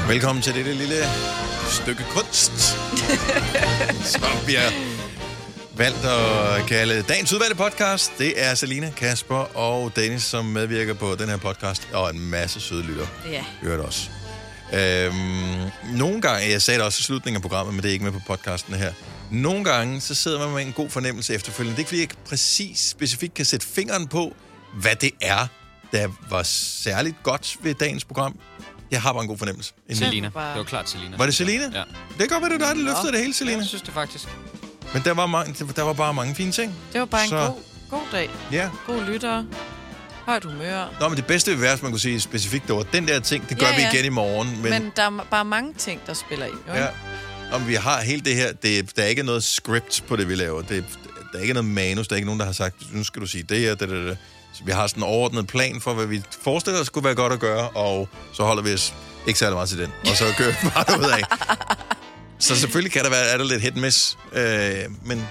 Velkommen til dette lille stykke kunst, som vi har valgt at kalde dagens udvalgte podcast. Det er Selina, Kasper og Dennis, som medvirker på den her podcast, og en masse søde lytter. Ja. Hørt også. Nogle gange, jeg sagde det også i slutningen af programmet, men det er ikke med på podcasten her. Nogle gange, så sidder man med en god fornemmelse efterfølgende. Det er ikke, fordi jeg præcis specifikt kan sætte fingeren på, hvad det er, der var særligt godt ved dagens program. Jeg har bare en god fornemmelse. Selina. Det var klart Selina. Var det Selina? Ja. Det kan godt være, det er dig, der løftede det hele, Selina. Jeg synes det faktisk. Men der var bare mange fine ting. Det var bare en god dag. Ja. God lytter. Højt humør. Nå, men det bedste ved vers, man kunne sige specifikt, det var den der ting, det gør vi igen i morgen. Men der er bare mange ting, der spiller ind. Ja. Om vi har helt det her, der er ikke noget script på det, vi laver. Der er ikke noget manus, der er ikke nogen, der har sagt, nu skal du sige det her, det. Så vi har sådan en overordnet plan for, hvad vi forestiller os skulle være godt at gøre, og så holder vi os ikke særlig meget til den. Og så kører vi bare ud af. Så selvfølgelig kan der være, er der lidt hit and miss, men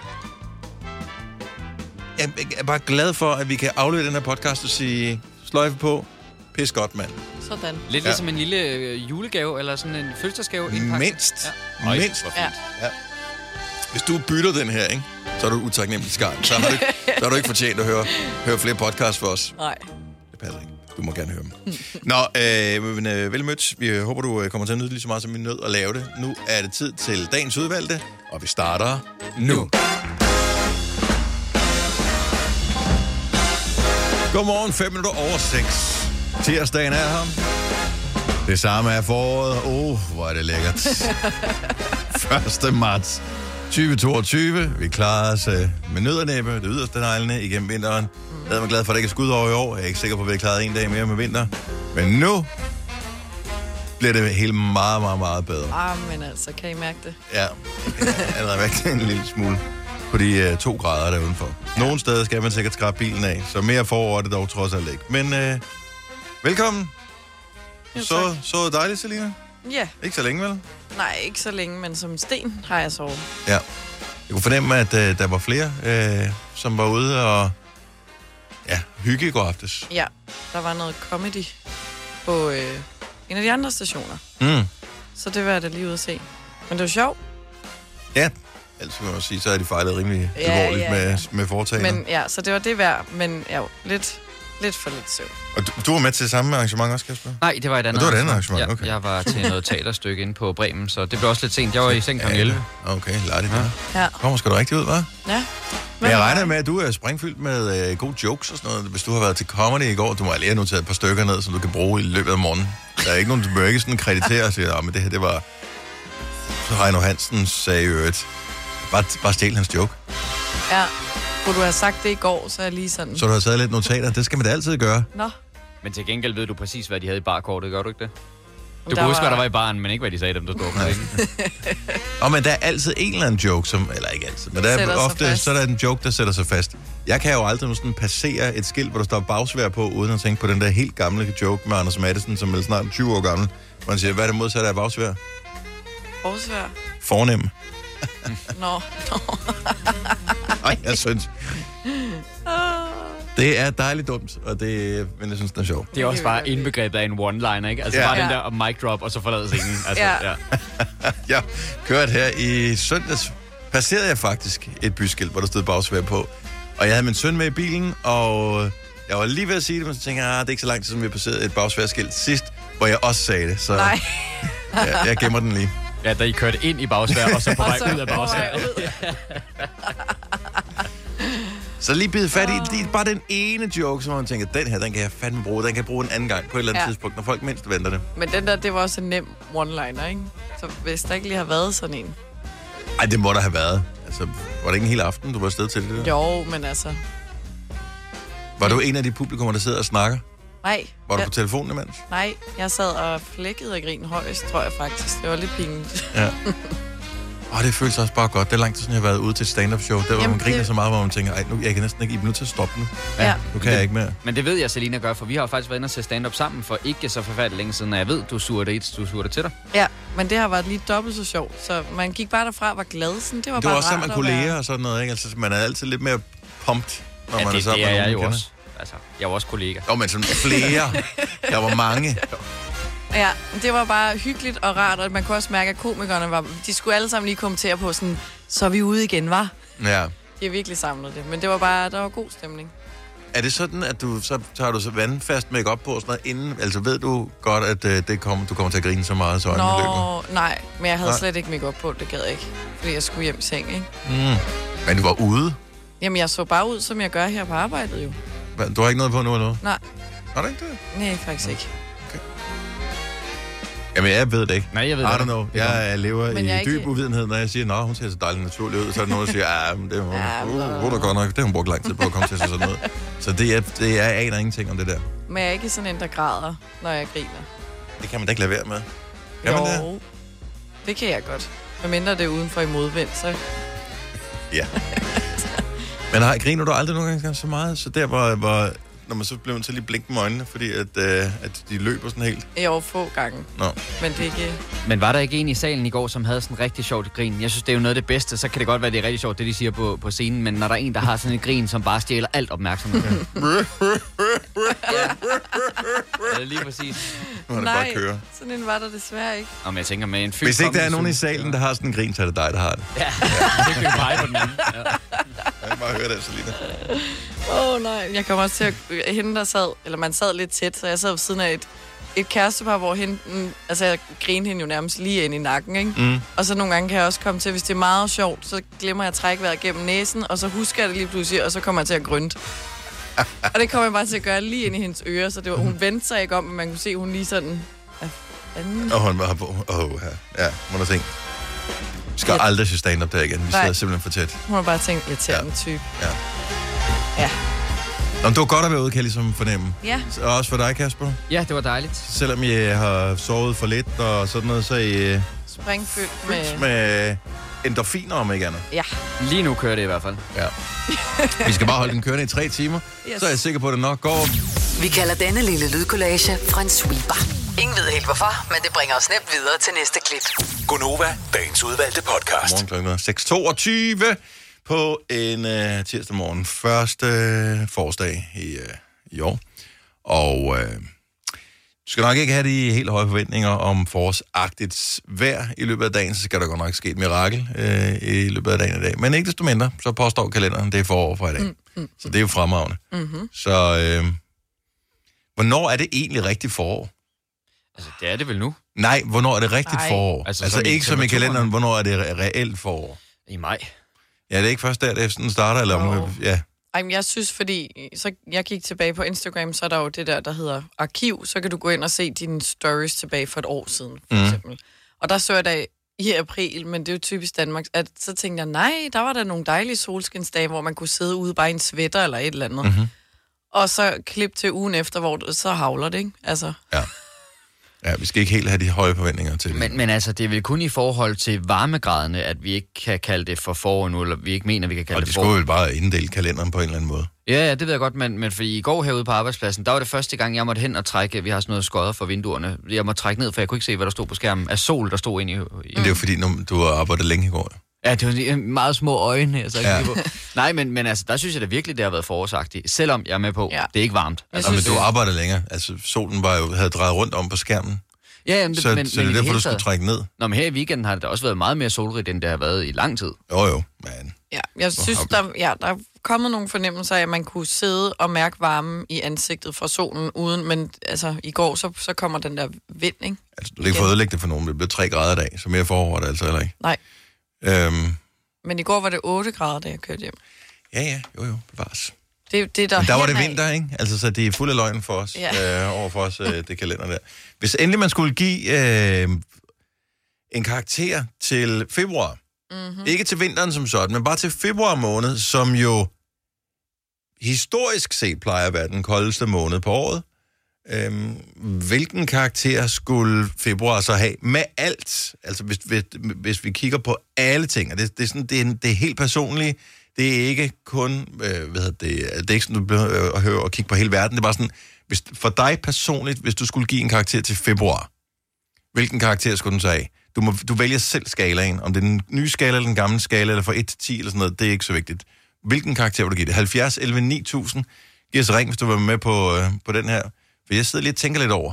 jeg er bare glad for, at vi kan aflevere den her podcast og sige, sløjfe på, pis godt, mand. Sådan. Lidt ligesom en lille julegave, eller sådan en fødselsdagsgave. Mindst. Ja. Mindst. Ja. Hvis du bytter den her, ikke, så er du utaknemmelig skarn. Så har du ikke fortjent at høre flere podcasts for os. Nej. Det passer ikke. Du må gerne høre dem. Nå, vel mødt. Vi håber, du kommer til at nyde det lige så meget, som vi nød at lave det. Nu er det tid til dagens udvalgte, og vi starter nu. Godmorgen, 5 minutter over 6. Tirsdagen er her. Det samme er foråret. Hvor er det lækkert. 1. marts 2022. Vi klarer os med nød og næppe, det yderste neglene igennem vinteren. Jeg er mig glad for, at det ikke er skud over i år. Jeg er ikke sikker på, at vi har klaret en dag mere med vinter. Men nu bliver det helt meget, meget, meget bedre. Men altså, kan I mærke det? Ja, jeg er allerede væk en lille smule på de 2 grader der udenfor. Nogle steder skal man sikkert skrabe bilen af, så mere forår er det dog trods alt ikke. Men velkommen. Jo, så dejligt, Selina. Ja. Ikke så længe, vel? Nej, ikke så længe, men som sten har jeg sovet. Ja. Jeg kunne fornemme, at der var flere, som var ude og hygge i går aftes. Ja, der var noget comedy på en af de andre stationer. Så det var jeg da lige ude at se. Men det var sjovt. Ja, ellers kan man sige, så er de fejlet rimelig alvorligt med foretagene. Men ja, så det var det værd, men ja, lidt for lidt søvn. Og du var med til samme arrangement også, Kasper? Nej, det var et andet det var et andet arrangement, ja, okay. Jeg var til noget teaterstykke inde på Bremen, så det blev også lidt sent. Jeg var i seng kl. 11. Okay, lad det der. Ja. Kommer sgu da rigtig ud, hva'? Ja. Men jeg regner med, at du er springfyldt med gode jokes og sådan noget. Hvis du har været til comedy i går, du må lige have noteret et par stykker ned, som du kan bruge i løbet af morgenen. Der er ikke nogen, du bør ikke sådan kreditere og sige, men det her, det var Heino Hansen sagde i øvrigt. Bare stjæl hans joke. Ja. Kunne du have sagt det i går, så er jeg lige sådan... Så du har taget lidt notater. Det skal man da altid gøre. Nå. Men til gengæld ved du præcis, hvad de havde i barkortet, gør du ikke det? Du kunne huske, hvad der var i baren, men ikke, hvad de sagde, dem der stod på det. Men der er altid en eller anden joke, som... Eller ikke altid, men der er ofte så er der en joke, der sætter sig fast. Jeg kan jo aldrig sådan passere et skilt, hvor der står bagsvær på, uden at tænke på den der helt gamle joke med Anders Matthesen, som er snart 20 år gammel. Hvor han siger, hvad er det modsatte af bagsvær? Bagsvær? Fornem. Nå. Nej, jeg synes... Det er dejligt dumt, men jeg synes, det er sjovt. Det er også bare indbegrebet af en one-liner, ikke? Altså bare den der mic drop, og så forlade scenen. Altså, Jeg kørte her i søndags, passerede jeg faktisk et byskilt, hvor der stod bagsvær på. Og jeg havde min søn med i bilen, og jeg var lige ved at sige det, men så tænkte jeg, det er ikke så lang tid, som vi passerede et bagsværskilt sidst, hvor jeg også sagde det. Så nej. jeg gemmer den lige. Ja, da I kørte ind i bagsvær, og så på vej ud af bagsvær. Så lige bide fat i bare den ene joke, som man tænker, den her, den kan jeg fandme bruge. Den kan jeg bruge en anden gang på et eller andet tidspunkt, når folk mindst venter det. Men den der, det var også en nem one-liner, ikke? Så hvis der ikke lige har været sådan en... Ej, det må der have været. Altså, var det ikke en hel aften, du var afsted til det der? Jo, men altså... Var du en af de publikummer, der sidder og snakker? Nej. Var du på telefonen imens? Nej, jeg sad og flækkede og grin højst, tror jeg faktisk. Det var lidt pinligt. Ja. Det føles også bare godt. Det er lang tid siden, jeg har været ude til et stand-up show. Der hvor man griner så meget, hvor man tænker, jeg kan næsten ikke, I er nødt til at stoppe nu. Ja. Nu kan jeg ikke mere. Men det ved jeg, Selina gør, for vi har jo faktisk været inde og se stand-up sammen for ikke så forfærdeligt længe siden, og jeg ved, du suger det til dig. Ja, men det har været lige dobbelt så sjovt. Så man gik bare derfra og var glad. Sådan, det var bare rart også sammen med kolleger og sådan noget, ikke? Altså, man er altid lidt mere pumped, når man er sammen med nogen, jeg jo også. Altså, jeg var også kollega. Men sådan flere. Der var mange. Ja, det var bare hyggeligt og rart, og man kunne også mærke, at komikerne de skulle alle sammen lige kommentere på sådan, så er vi ude igen, hva'? Ja. De har virkelig samlet det, men det var bare, der var god stemning. Er det sådan, at så tager du så vandfast make-up på og sådan noget inden? Altså ved du godt, at du kommer til at grine så meget, så øjnene løber? Nej, men jeg havde slet ikke make-up på, det gad jeg ikke, fordi jeg skulle hjem i seng, ikke? Men du var ude? Jamen, jeg så bare ud, som jeg gør her på arbejdet, jo. Du har ikke noget på nu eller noget? Nej. Har du ikke det? Nej, faktisk ikke. Okay. Jamen, jeg ved det ikke. Nej, jeg ved det ikke. I don't know. Jeg lever i dyb ikke... uvidenhed, når jeg siger, hun ser så dejligt naturlig ud. Så er der nogen, der siger, men det er hun godt nok. Det har hun brugt lang tid på at komme til sådan noget. Så jeg aner ingenting om det der. Men jeg er ikke sådan en, der græder, når jeg griner. Det kan man da ikke lade være med. Kan man det? Det kan jeg godt. Hvad mindre det er udenfor i modvind, så... Ja. Men griner du aldrig nogle gange så meget? Så der hvor når man så blev til lige blinke med øjnene, fordi at de løber sådan helt? Jo, få gange. Nå. Men det er ikke... Men var der ikke en i salen i går, som havde sådan rigtig sjovt grin? Jeg synes, det er jo noget af det bedste. Så kan det godt være, det er rigtig sjovt, det de siger på scenen. Men når der er en, der har sådan et grin, som bare stjæler alt opmærksomhed. Ja, lige præcis. Nu har det bare køre. Sådan en var der desværre ikke. Men jeg tænker med en fyld. Hvis ikke der er nogen i salen, der har sådan en grin, så er det dig, der har det. Ja, det kan pege på den anden. Ja. Jeg kan bare høre det, Selina. Nej. Jeg kommer også til at... Hende, der sad... Eller man sad lidt tæt, så jeg sad ved siden af et kærestepar, hvor hende... Altså, jeg griner hende jo nærmest lige ind i nakken, ikke? Mm. Og så nogle gange kan jeg også komme til, hvis det er meget sjovt, så glemmer jeg at trække vejret gennem næsen, og så husker jeg det lige pludselig, og så kommer jeg til at grynte. Og det kommer jeg bare til at gøre lige ind i hendes ører, så det var, hun vendte sig ikke om, men man kunne se, hun lige sådan... Og hun var på... Ja, må du tænke. Vi skal aldrig se stand-up der igen. Vi sidder simpelthen for tæt. Hun har bare tænkt lidt til den type. Ja. Nå, det var godt at være ude, kan jeg ligesom fornemme. Ja. Og også for dig, Kasper. Ja, det var dejligt. Selvom jeg har sovet for lidt og sådan noget, så er I... Springfyldt med endorfiner, om ikke andet. Ja. Lige nu kører det i hvert fald. Ja. Vi skal bare holde den kørende i 3 timer, så er jeg sikker på, at det nok går. Vi kalder denne lille lydkollage en sweeper. Ingen ved helt hvorfor, men det bringer os nemt videre til næste klip. Gonova, dagens udvalgte podcast. Morgen klokken 6:22 på en tirsdag morgen. Første forårsdag i år. Og du skal nok ikke have de helt høje forventninger om forårsagtigt vejr i løbet af dagen. Så skal der godt nok ske et mirakel i løbet af dagen i dag. Men ikke desto mindre, så påstår kalenderen, det er forår fra i dag. Så det er jo fremragende. Mm-hmm. Så hvornår er det egentlig rigtigt forår? Altså, det er det vel nu? Nej, hvornår er det rigtigt forår? Altså ikke som i kalenderen, hvornår er det reelt forår? I maj. Ja, det er ikke først der, det sådan starter, eller ja. Ej, men jeg synes, fordi så jeg gik tilbage på Instagram, så er der jo det der hedder arkiv, så kan du gå ind og se dine stories tilbage for et år siden, for eksempel. Og der så jeg da i april, men det er jo typisk Danmark, at så tænkte jeg, nej, der var der nogle dejlige solskinsdage, hvor man kunne sidde ude bare i en sweater eller et eller andet. Mm-hmm. Og så klip til ugen efter, hvor det, så havler det, ikke? Altså. Ja, vi skal ikke helt have de høje forventninger til det. Men altså, det er vel kun i forhold til varmegraderne, at vi ikke kan kalde det for forår nu, eller vi ikke mener, vi kan kalde det forår. Og de skulle vel bare inddele kalenderen på en eller anden måde. Ja, det ved jeg godt, men fordi i går herude på arbejdspladsen, der var det første gang, jeg måtte hen og trække, vi har sådan noget skodder for vinduerne, jeg måtte trække ned, for jeg kunne ikke se, hvad der stod på skærmen, af sol, der stod inde i... Men det er jo fordi, du har arbejdet længe i går. Ja, det var meget små øjne, jeg så ikke på. Nej, men altså, der synes jeg da virkelig, det har været forårsagtigt, selvom jeg er med på, det er ikke varmt. Altså, men du arbejder længere, altså solen havde drejet rundt om på skærmen. Ja, jamen, så det er derfor, du skulle trække ned? Nå, men her i weekenden har det da også været meget mere solrigt, end det har været i lang tid. Jo, men... Ja, jeg synes, der er kommet nogle fornemmelser af, at man kunne sidde og mærke varmen i ansigtet fra solen uden, men altså, i går, så kommer den der vind, ikke? Altså, du har ikke fået ødelægget det for nogen, det blev 3 grader i dag, så mere forår det altså heller ikke. Nej. Men i går var det 8 grader, da jeg kørte hjem. Ja, jo, bevares. Der var det vinter, ikke? Altså, så det er fuld af løgn for os, over for os, det kalender der. Hvis endelig man skulle give en karakter til februar, ikke til vinteren som sådan, men bare til februar måned, som jo historisk set plejer at være den koldeste måned på året, hvilken karakter skulle februar så have med alt? Altså, hvis vi kigger på alle ting, og det er sådan, det er helt personligt. Det er ikke kun, det er ikke sådan, du bliver at høre og kigge på hele verden. Det er bare sådan, for dig personligt, hvis du skulle give en karakter til februar, hvilken karakter skulle den så have? Du vælger selv skalaen. Om det er den nye skala eller den gamle skala, eller fra 1 til 10 eller sådan noget, det er ikke så vigtigt. Hvilken karakter vil du give det? 70, 11, 9000. Giv os ring, hvis du vil være med på den her. For jeg sidder lige og tænker lidt over,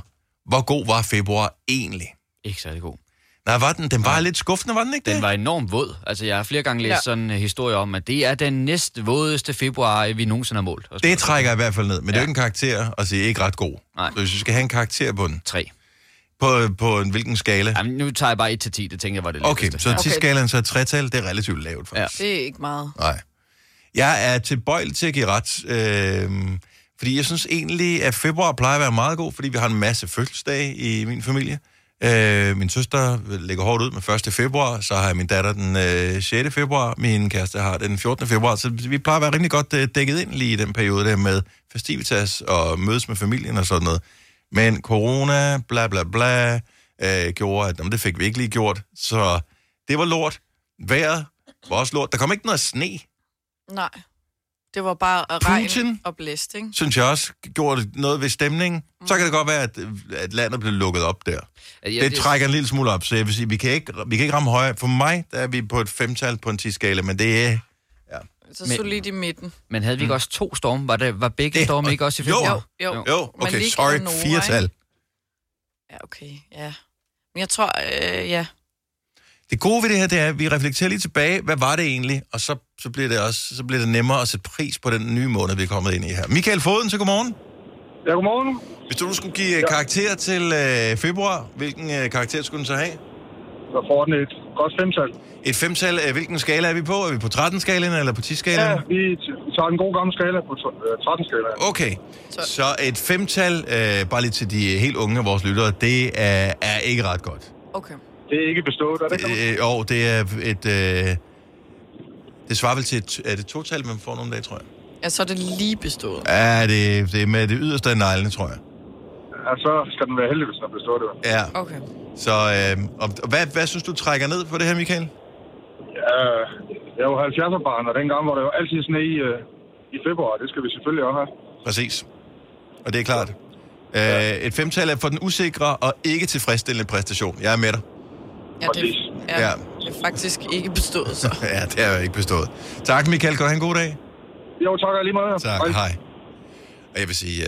Hvor god var februar egentlig? Ikke særlig god. Nej, var den? Den var lidt skuffende, var den ikke det? Den var enormt våd. Altså, jeg har flere gange læst sådan en historie om, at det er den næste vådeste februar, vi nogensinde har målt. Det trækker jeg i hvert fald ned, men det er jo ikke en karakter, og sige ikke ret god. Nej. Så hvis vi skal have en karakter på den. 3. På en hvilken skala? Jamen, nu tager jeg bare 1-10, det tænker jeg var det Okay, letteste. så 10-skalaen, så er 3-tal, det er relativt lavt faktisk. Det er ikke meget. Nej. Jeg er tilbøjelig til at give ret, fordi jeg synes egentlig, at februar plejer at være meget god, fordi vi har en masse fødselsdage i min familie. Min søster lægger hårdt ud med 1. februar, så har jeg min datter den 6. februar, min kæreste har den 14. februar, så vi plejer at være rimelig godt dækket ind lige i den periode der med festivitas og mødes med familien og sådan noget. Men corona, bla bla bla, gjorde, at det fik vi ikke lige gjort, så det var lort. Vejret var også lort. Der kom ikke noget sne. Nej. Det var bare regn og blæst, ikke? Synes jeg også gjorde noget ved stemningen. Så kan det godt være, at landet blev lukket op der. Det trækker en lille smule op, så jeg vil sige, vi kan ikke ramme højere. For mig, der er vi på et 5-tal på en 10-skala, men det er... Ja. Så solidt i midten. Men havde vi ikke også 2 storme? Var begge storme ikke også i februar? Jo. Okay, sorry, 4-tal. Ja, okay, ja. Men jeg tror, ja... Det gode ved det her, det er, at vi reflekterer lige tilbage, hvad var det egentlig? Og så bliver det nemmere at sætte pris på den nye måned, vi er kommet ind i her. Michael Foden, så godmorgen. Ja, godmorgen. Hvis du skulle give karakter til februar, hvilken karakter skulle den så have? Så får den et godt 5-tal. Et 5-tal, hvilken skala er vi på? Er vi på 13-skalaen eller på 10-skalaen? Ja, vi tager en god gammel skala på 13-skalaen. Okay, så et 5-tal, bare lige til de helt unge af vores lyttere, det er ikke ret godt. Okay. Det er ikke bestået, er det ikke? Jo, det er et... det svarer vel til er det 2-tal, man får nogle dage, tror jeg. Ja, så er det lige bestået. Ja, det er med det yderste af neglene, tror jeg. Ja, så skal den være heldig, hvis den er bestået, det. Ja. Okay. Så, og hvad synes du trækker ned på det her, Michael? Ja, jeg er jo 70'er-barn, og dengang var der jo altid sne i februar. Det skal vi selvfølgelig også have. Præcis. Og det er klart. Et 5-tal er for den usikre og ikke tilfredsstillende præstation. Jeg er med dig. Ja, det er faktisk ikke bestået, så. Ja, det er ikke bestået. Tak, Michael. Kan du have en god dag? Jo, tak lige meget. Tak, hej. Og jeg vil sige,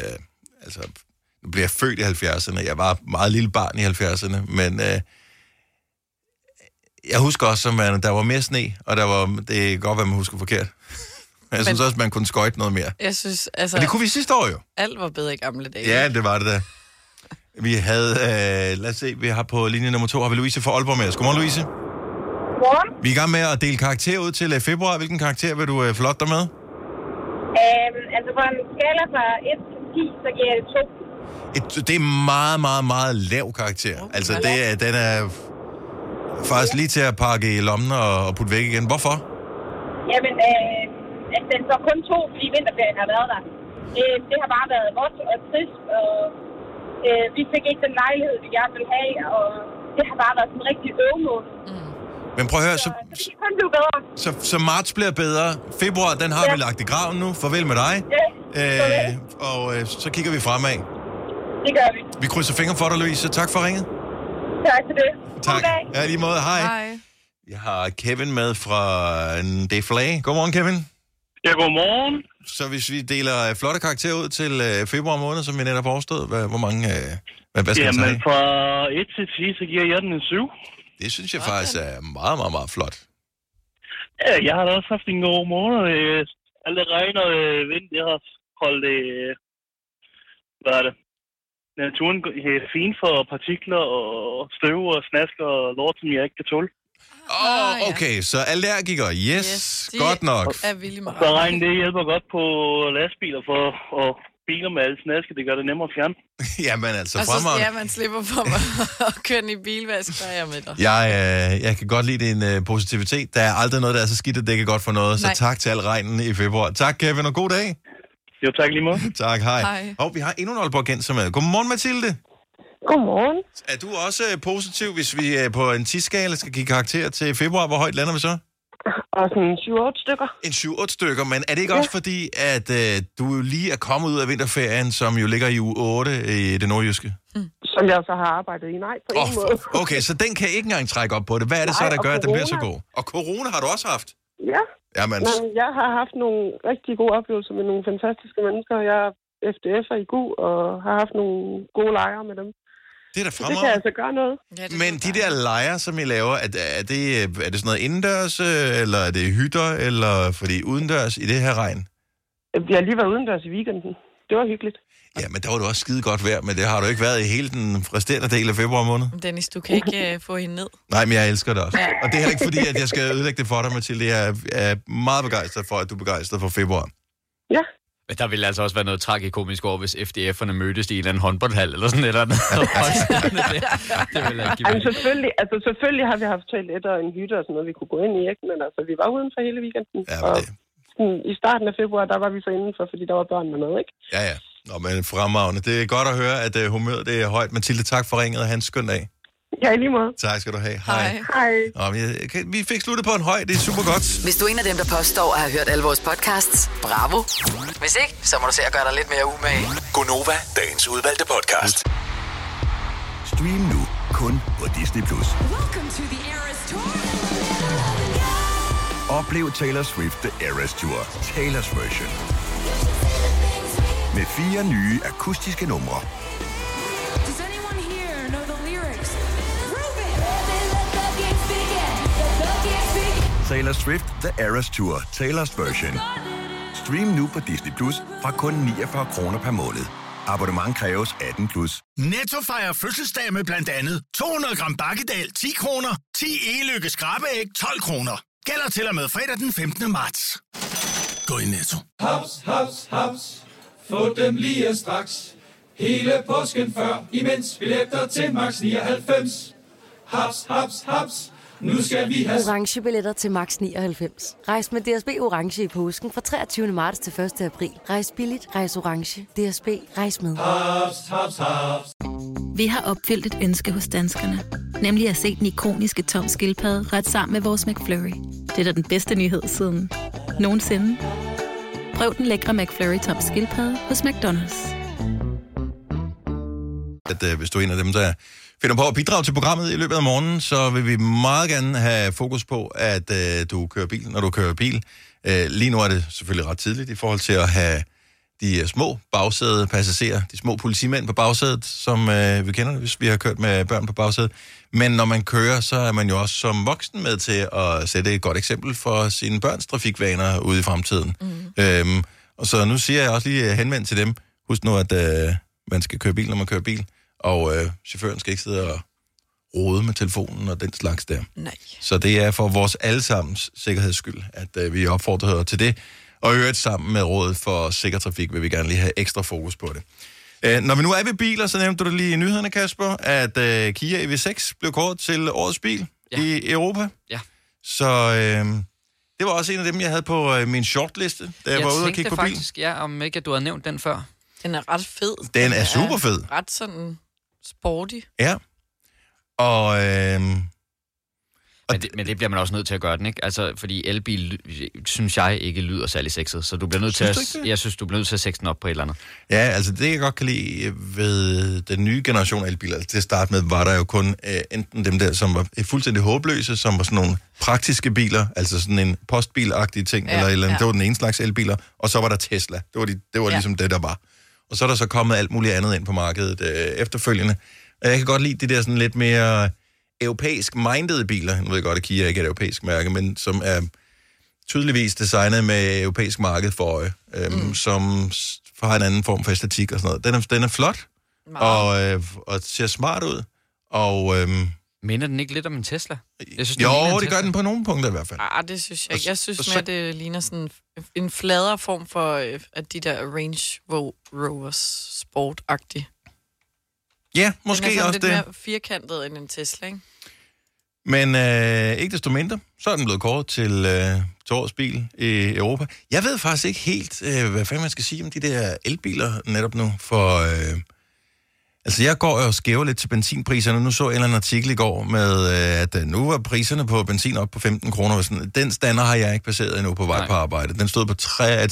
nu bliver jeg født i 70'erne. Jeg var meget lille barn i 70'erne, men jeg husker også, at der var mere sne, og det er godt, hvad man husker forkert. Jeg synes også, man kunne skøjte noget mere. Jeg synes, altså... Men det kunne vi sidste år jo. Alt var bedre i gamle dage. Ja, det var det da. Vi havde, lad os se, vi har på linje nummer 2, har vi Louise fra Aalborg med os. Godmorgen, Louise. Godmorgen. Vi er i gang med at dele karakter ud til februar. Hvilken karakter vil du flotte dig med? Altså på en skala fra 1 til 10, så giver jeg det 2. Det er meget, meget, meget lav karakter. Okay. Altså, den er faktisk lige til at pakke i lommen og putte væk igen. Hvorfor? Jamen, den får kun 2, fordi vinterferien har været der. Det har bare været vådt og trist, og vi fik ikke den lejlighed, vi gerne ville have, og det har bare været sådan en rigtig øvemål. Men prøv at høre, så det kan kun blive bedre. Så marts bliver bedre. Februar, den har vi lagt i graven nu. Farvel med dig. Ja, og så kigger vi fremad. det gør vi. Vi krydser fingre for dig, Louise. Tak for ringet. Tak for det. Tak. Ja, lige måde. Hej. Jeg har Kevin med fra Deflay. Godmorgen, Kevin. Ja, godmorgen. Så hvis vi deler flotte karakterer ud til februar måned, som vi netop overstået, hvor mange... hvad skal vi tage? Fra 1 til 10, så giver jeg den en 7. Det synes jeg faktisk er meget, meget, meget flot. Ja, jeg har da også haft en god måned. Alt det regn og vind, det har holdt hvad er det? Naturen er fin for partikler og støv og snask og lort, som jeg ikke kan tåle. Okay, så allergikere, yes godt nok. Er vildt meget. Så regn, det hjælper godt på lastbiler og biler med alle snaske, det gør det nemmere at fjerne. Jamen altså, fremad. Ja, man slipper for at køre i bilvask, der er jeg med dig. Jeg kan godt lide din positivitet. Der er aldrig noget, der er så skidt, at det ikke er godt for noget. Så tak til al regnen i februar. Tak, Kevin, og god dag. Jo, tak lige måde. Tak, hej. Og vi har endnu en Aalborgenser med. Godmorgen, Mathilde. Godmorgen. Er du også positiv, hvis vi på en 10-skala skal give karakter til februar? Hvor højt lander vi så? Og sådan 7-8 stykker. En 7-8 stykker, men er det ikke også fordi, at du lige er kommet ud af vinterferien, som jo ligger i uge 8 i det nordjyske? Som jeg så har arbejdet i, nej, på en måde. Okay, så den kan ikke engang trække op på det. Hvad er det så, der gør, at den bliver så god? Og corona har du også haft? Ja. Jamen. Men jeg har haft nogle rigtig gode oplevelser med nogle fantastiske mennesker. Jeg er FDF'er i GU og har haft nogle gode lejre med dem. Det er da Så det kan fremragende. altså gøre noget. Ja, det Men de der lejre, som I laver, er det sådan noget indendørs, eller er det hytter, eller fordi udendørs i det her regn? Vi har lige været udendørs i weekenden. Det var hyggeligt. Ja, men der var det også skide godt vejr, men det har du ikke været i hele den resterende del af februar måned. Dennis, du kan ikke få hende ned. Nej, men jeg elsker det også. Ja. Og det er heller ikke fordi, at jeg skal ødelægge det for dig, Mathilde. Jeg er meget begejstret for, at du er begejstret for februar. Ja. Men der ville altså også være noget tragikomisk over, hvis FDF'erne mødtes i en eller anden håndboldhal eller sådan et eller andet. Det ville jeg give selvfølgelig har vi haft toiletter og en hytte og sådan noget, vi kunne gå ind i, ikke? Men altså, vi var udenfor hele weekenden. Ja, og det... i starten af februar, der var vi så indenfor, fordi der var børn med noget, ikke? Ja, ja. Nå, men fremragende. Det er godt at høre, at humøret det er højt. Mathilde, tak for ringet, og have en skøn dag. Ja, i lige måde. Tak skal du have. Hej. Hej. Vi fik sluttet på en høj. Det er super godt. Hvis du er en af dem, der påstår at have hørt alle vores podcasts, bravo. Hvis ikke, så må du se at gøre dig lidt mere umage. Gonova, dagens udvalgte podcast. Stream nu kun på Disney+. Oplev Taylor Swift The Eras Tour, Taylor's version. Med 4 nye akustiske numre. Taylor Swift The Eras Tour, Taylor's version. Stream nu på Disney Plus fra kun 49 kroner per måned. Abonnement kræves 18+. Netto fejrer fødselsdag med blandt andet 200 gram bakkedal 10 kroner, 10 e-lykke skrabeæg 12 kroner. Gælder til og med fredag den 15. marts. Gå i Netto. Haps, haps, haps. Få dem lige straks. Hele påsken før, imens billetter til max 99. Haps, haps, haps. Nu skal vi have orange billetter til max 99. Rejs med DSB orange i påsken fra 23. marts til 1. april. Rejs billigt, rejs orange. DSB, rejs med. haps, haps, haps. Vi har opfyldt et ønske hos danskerne. Nemlig at se den ikoniske Tom Skildpadde ret sammen med vores McFlurry. Det er da den bedste nyhed siden nogensinde. Prøv den lækre McFlurry Tom Skildpadde hos McDonald's. Hvis du er en af dem, der finder på at bidrage til programmet i løbet af morgenen, så vil vi meget gerne have fokus på, at du kører bil, når du kører bil. Lige nu er det selvfølgelig ret tidligt i forhold til at have de små bagsædepassagerer, de små politimænd på bagsædet, som vi kender, hvis vi har kørt med børn på bagsædet. Men når man kører, så er man jo også som voksen med til at sætte et godt eksempel for sine børns trafikvaner ude i fremtiden. Og så nu siger jeg også lige henvendt til dem. Husk nu, at man skal køre bil, når man kører bil. Og chaufføren skal ikke sidde og rode med telefonen og den slags der. Nej. Så det er for vores allesammens sikkerheds skyld, at vi opfordrer til det. Og øvrigt sammen med Rådet for Sikker Trafik vil vi gerne lige have ekstra fokus på det. Når vi nu er ved biler, så nævnte du det lige i nyhederne, Kasper, at Kia EV6 blev kåret til årets bil i Europa. Ja. Så det var også en af dem, jeg havde på min shortliste, da jeg var ude og kigge på faktisk, bil. om ikke at du havde nævnt den før. Den er ret fed. Den er super fed. Ret sådan sporty. Ja. Og Men det bliver man også nødt til at gøre den, ikke? Altså, fordi elbil, synes jeg, ikke lyder særlig sexet. Så du bliver nødt til at... Jeg synes, du bliver nødt til at sexe den op på et eller andet. Ja, altså det, jeg godt kan lide ved den nye generation elbiler, altså til at starte med, var der jo kun enten dem der, som var fuldstændig håbløse, som var sådan nogle praktiske biler, altså sådan en postbilagtige ting, eller andet. Det var den ene slags elbiler, og så var der Tesla. Det var ligesom det, der var. Og så er der så kommet alt muligt andet ind på markedet efterfølgende. Og jeg kan godt lide det der sådan lidt mere europæisk-mindede biler. Nu ved jeg godt, at Kia ikke er et europæisk mærke, men som er tydeligvis designet med europæisk marked for øje, som har en anden form for æstetik og sådan noget. Den er flot, og ser smart ud, og... Minder den ikke lidt om en Tesla? Jeg synes, det gør den på nogle punkter i hvert fald. Det synes jeg ikke. Jeg synes mere, det ligner sådan en fladere form for at de der Range Rovers sport-agtige. Ja, måske den er også lidt det. mere firkantet end en Tesla, ikke? Men ikke desto mindre, så er den blevet kåret til årets bil i Europa. Jeg ved faktisk ikke helt, hvad fanden man skal sige om de der elbiler netop nu, for... Altså, jeg går jo og skæver lidt til benzinpriserne. Nu så jeg en eller anden artikel i går med, at nu var priserne på benzin op på 15 kroner. Den standard har jeg ikke passeret endnu på vej på arbejde. Den stod på 13,79,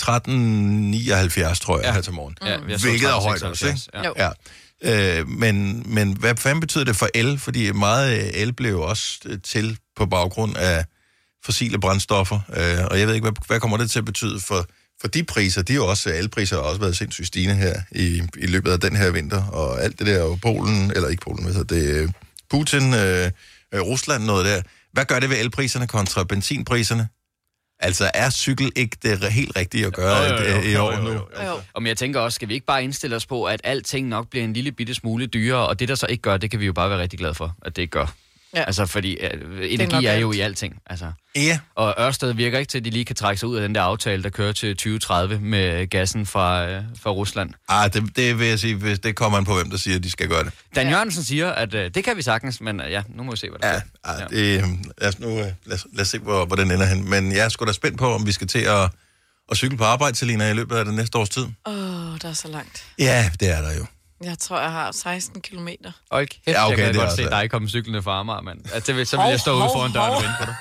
tror jeg, her til morgen. Ja, hvilket er højt også, ikke? Ja. Men hvad fanden betyder det for el? Fordi meget el blev også til på baggrund af fossile brændstoffer. Og jeg ved ikke, hvad kommer det til at betyde for For de priser, de er jo også, elpriser har også været sindssygt stigende her i løbet af den her vinter, og alt det der jo Polen, eller ikke Polen, hvad hedder det, Putin, Rusland, noget der. Hvad gør det ved elpriserne kontra benzinpriserne? Altså, er cykel ikke det helt rigtige at gøre i år nu? Og jeg tænker også, skal vi ikke bare indstille os på, at alting nok bliver en lille bitte smule dyrere, og det, der så ikke gør, det kan vi jo bare være rigtig glade for, at det ikke gør. Ja. Altså, fordi energi er jo i alting. Altså. Ja. Og Ørsted virker ikke til, at de lige kan trække sig ud af den der aftale, der kører til 2030 med gassen fra Rusland. Det vil jeg sige, hvis det kommer an på, hvem der siger, at de skal gøre det. Dan Jørgensen siger, at det kan vi sagtens, men nu må vi se, hvad der sker. Lad os se, hvor den ender hen. Men jeg er sgu da spændt på, om vi skal til at cykle på arbejde, Selina, i løbet af det næste års tid. Der er så langt. Ja, det er der jo. Jeg tror, jeg har 16 kilometer. Okay, jeg kan godt se dig komme cyklende fra Amager, mand. Så vil jeg stå ude foran døren og vente på dig.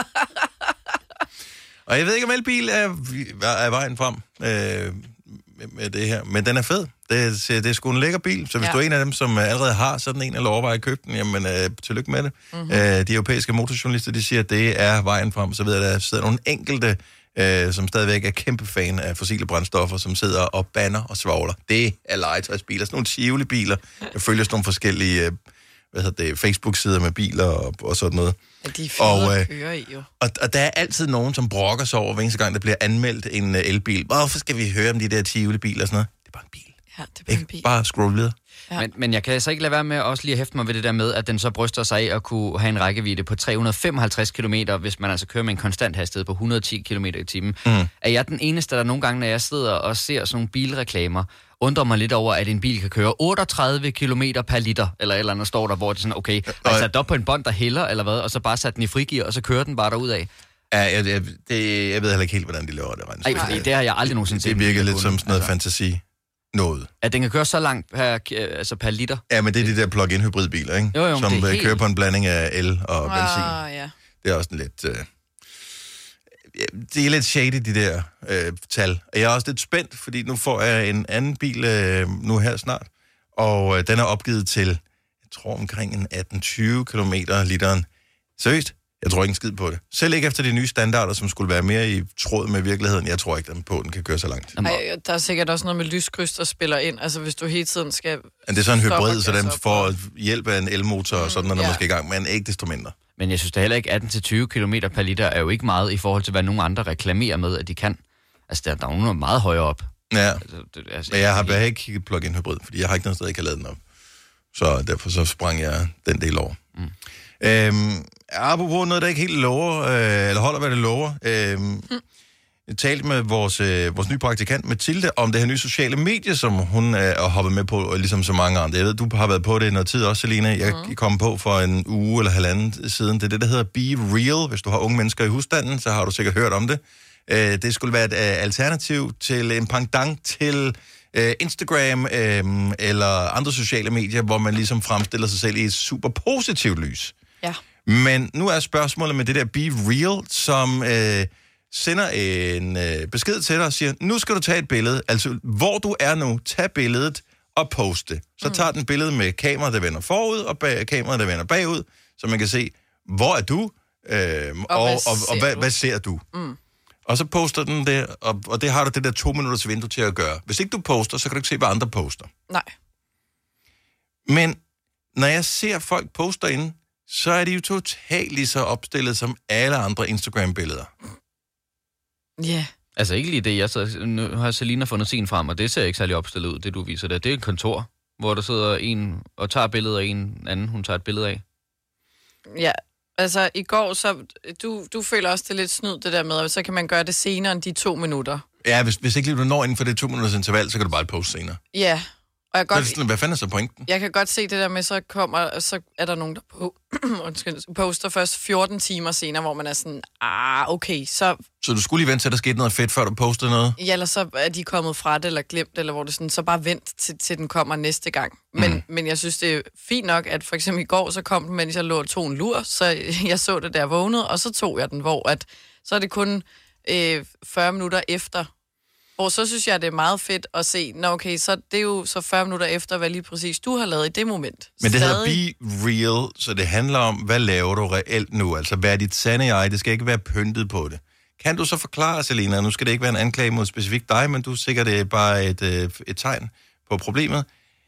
Og jeg ved ikke, om elbil er vejen frem med det her, men den er fed. Det er sgu en lækker bil, så hvis du er en af dem, som allerede har sådan en, eller overvejer at købe den, jamen tillykke med det. De europæiske motorjournalister, de siger, at det er vejen frem, så ved jeg, at der sidder nogle enkelte, som stadigvæk er kæmpe fan af fossile brændstoffer, som sidder og banner og svogler. Det er legetøjsbiler, sådan nogle Tivoli-biler. Jeg følger sådan nogle forskellige Facebook-sider med biler og sådan noget. Ja, de er fede at køre i, jo. Og der er altid nogen, som brokker sig over, hver eneste gang, der bliver anmeldt en elbil. Hvorfor skal vi høre om de der Tivoli-biler og sådan noget? Det er bare en bil. Ja, det er bare en bil. Bare scroll videre. Ja. Men jeg kan så ikke lade være med også lige at hæfte mig ved det der med, at den så bryster sig af at kunne have en rækkevidde på 355 km, hvis man altså kører med en konstant hastighed på 110 km i timen. Er jeg den eneste, der nogle gange, når jeg sidder og ser sådan nogle bilreklamer, undrer mig lidt over, at en bil kan køre 38 km per liter, eller et eller andet står der, hvor det er sådan, okay, har jeg sat op på en bånd, der hælder, eller hvad, og så bare sat den i frigear, og så kører den bare derudad. Ja, jeg ved heller ikke helt, hvordan de laver det. Nej, det har jeg aldrig nogensinde set. Det virker lidt som sådan noget fantasi. Noget. At den kan køre så langt per liter? Ja, men det er de der plug-in hybridbiler, ikke? Jo, som kører på en blanding af el og benzin. Ja. Det er også lidt... det er lidt shady, de der tal. Og jeg er også lidt spændt, fordi nu får jeg en anden bil nu her snart, og den er opgivet til, jeg tror omkring en 18-20 km literen. Seriøst? Jeg tror ikke en skid på det. Selv ikke efter de nye standarder, som skulle være mere i tråd med virkeligheden. Jeg tror ikke, den kan køre så langt. Ej, der er sikkert også noget med lyskryds, der spiller ind. Altså, hvis du hele tiden skal... Men det er sådan en hybrid, så den får hjælp af en elmotor og sådan, når den måske i gang, men ikke desto mindre. Men jeg synes da heller ikke, 18-20 km per liter er jo ikke meget i forhold til, hvad nogle andre reklamerer med, at de kan. Altså, der er nogen meget højere op. Ja, men jeg har ikke kigget plug-in hybrid, fordi jeg har ikke noget sted, jeg kan lade den op. Så derfor så sprang jeg den del over. Apropos noget, der ikke helt lover, eller holder, hvad det lover. Jeg talte med vores nye praktikant, Mathilde, om det her nye sociale medie, som hun er hoppet med på, ligesom så mange andre. Jeg ved, du har været på det i noget tid også, Selina. Jeg kom på for en uge eller halvanden siden. Det er det, der hedder Be Real. Hvis du har unge mennesker i husstanden, så har du sikkert hørt om det. Det skulle være et alternativ til en pendant til Instagram eller andre sociale medier, hvor man ligesom fremstiller sig selv i et super positivt lys. Ja. Men nu er spørgsmålet med det der Be Real, som sender en besked til dig og siger, nu skal du tage et billede, altså hvor du er nu, tag billedet og post det. Så tager den billede med kameraet, der vender forud, og kameraet, der vender bagud, så man kan se, hvor er du, og hvad ser du? Og så poster den der, og det har du det der 2 minutters vindue til at gøre. Hvis ikke du poster, så kan du ikke se, hvad andre poster. Nej. Men når jeg ser folk poster inde, så er de jo totalt lige så opstillet som alle andre Instagram-billeder. Ja. Yeah. Altså ikke lige det, nu har Selina fundet sin frem, og det ser ikke særlig opstillet ud, det du viser der. Det er et kontor, hvor der sidder en og tager billeder af en anden, hun tager et billede af. Ja, altså i går, så du føler også, det er lidt snyd det der med, og så kan man gøre det senere end de 2 minutter. Ja, hvis ikke lige du når inden for det 2 minutters interval, så kan du bare poste senere. Ja. Og jeg godt, hvad fanden er så pointen? Jeg kan godt se det der med, så er der nogen, der poster først 14 timer senere, hvor man er sådan, okay, så... Så du skulle lige vente til, at der skete noget fedt, før du postede noget? Ja, eller så er de kommet fra det, eller glemt eller hvor det sådan, så bare vent til den kommer næste gang. Men jeg synes, det er fint nok, at for eksempel i går, så kom den, mens jeg lå og tog en lur, så jeg så det der vågnede, og så tog jeg den, hvor at, så er det kun 40 minutter efter. Og så synes jeg, det er meget fedt at se, okay, så det er jo så 40 minutter efter, hvad lige præcis du har lavet i det moment. Men det hedder Be Real, så det handler om, hvad laver du reelt nu? Altså, hvad er dit sande jeg? Det skal ikke være pyntet på det. Kan du så forklare, Selina, nu skal det ikke være en anklage mod specifikt dig, men du er sikkert det er bare et tegn på problemet.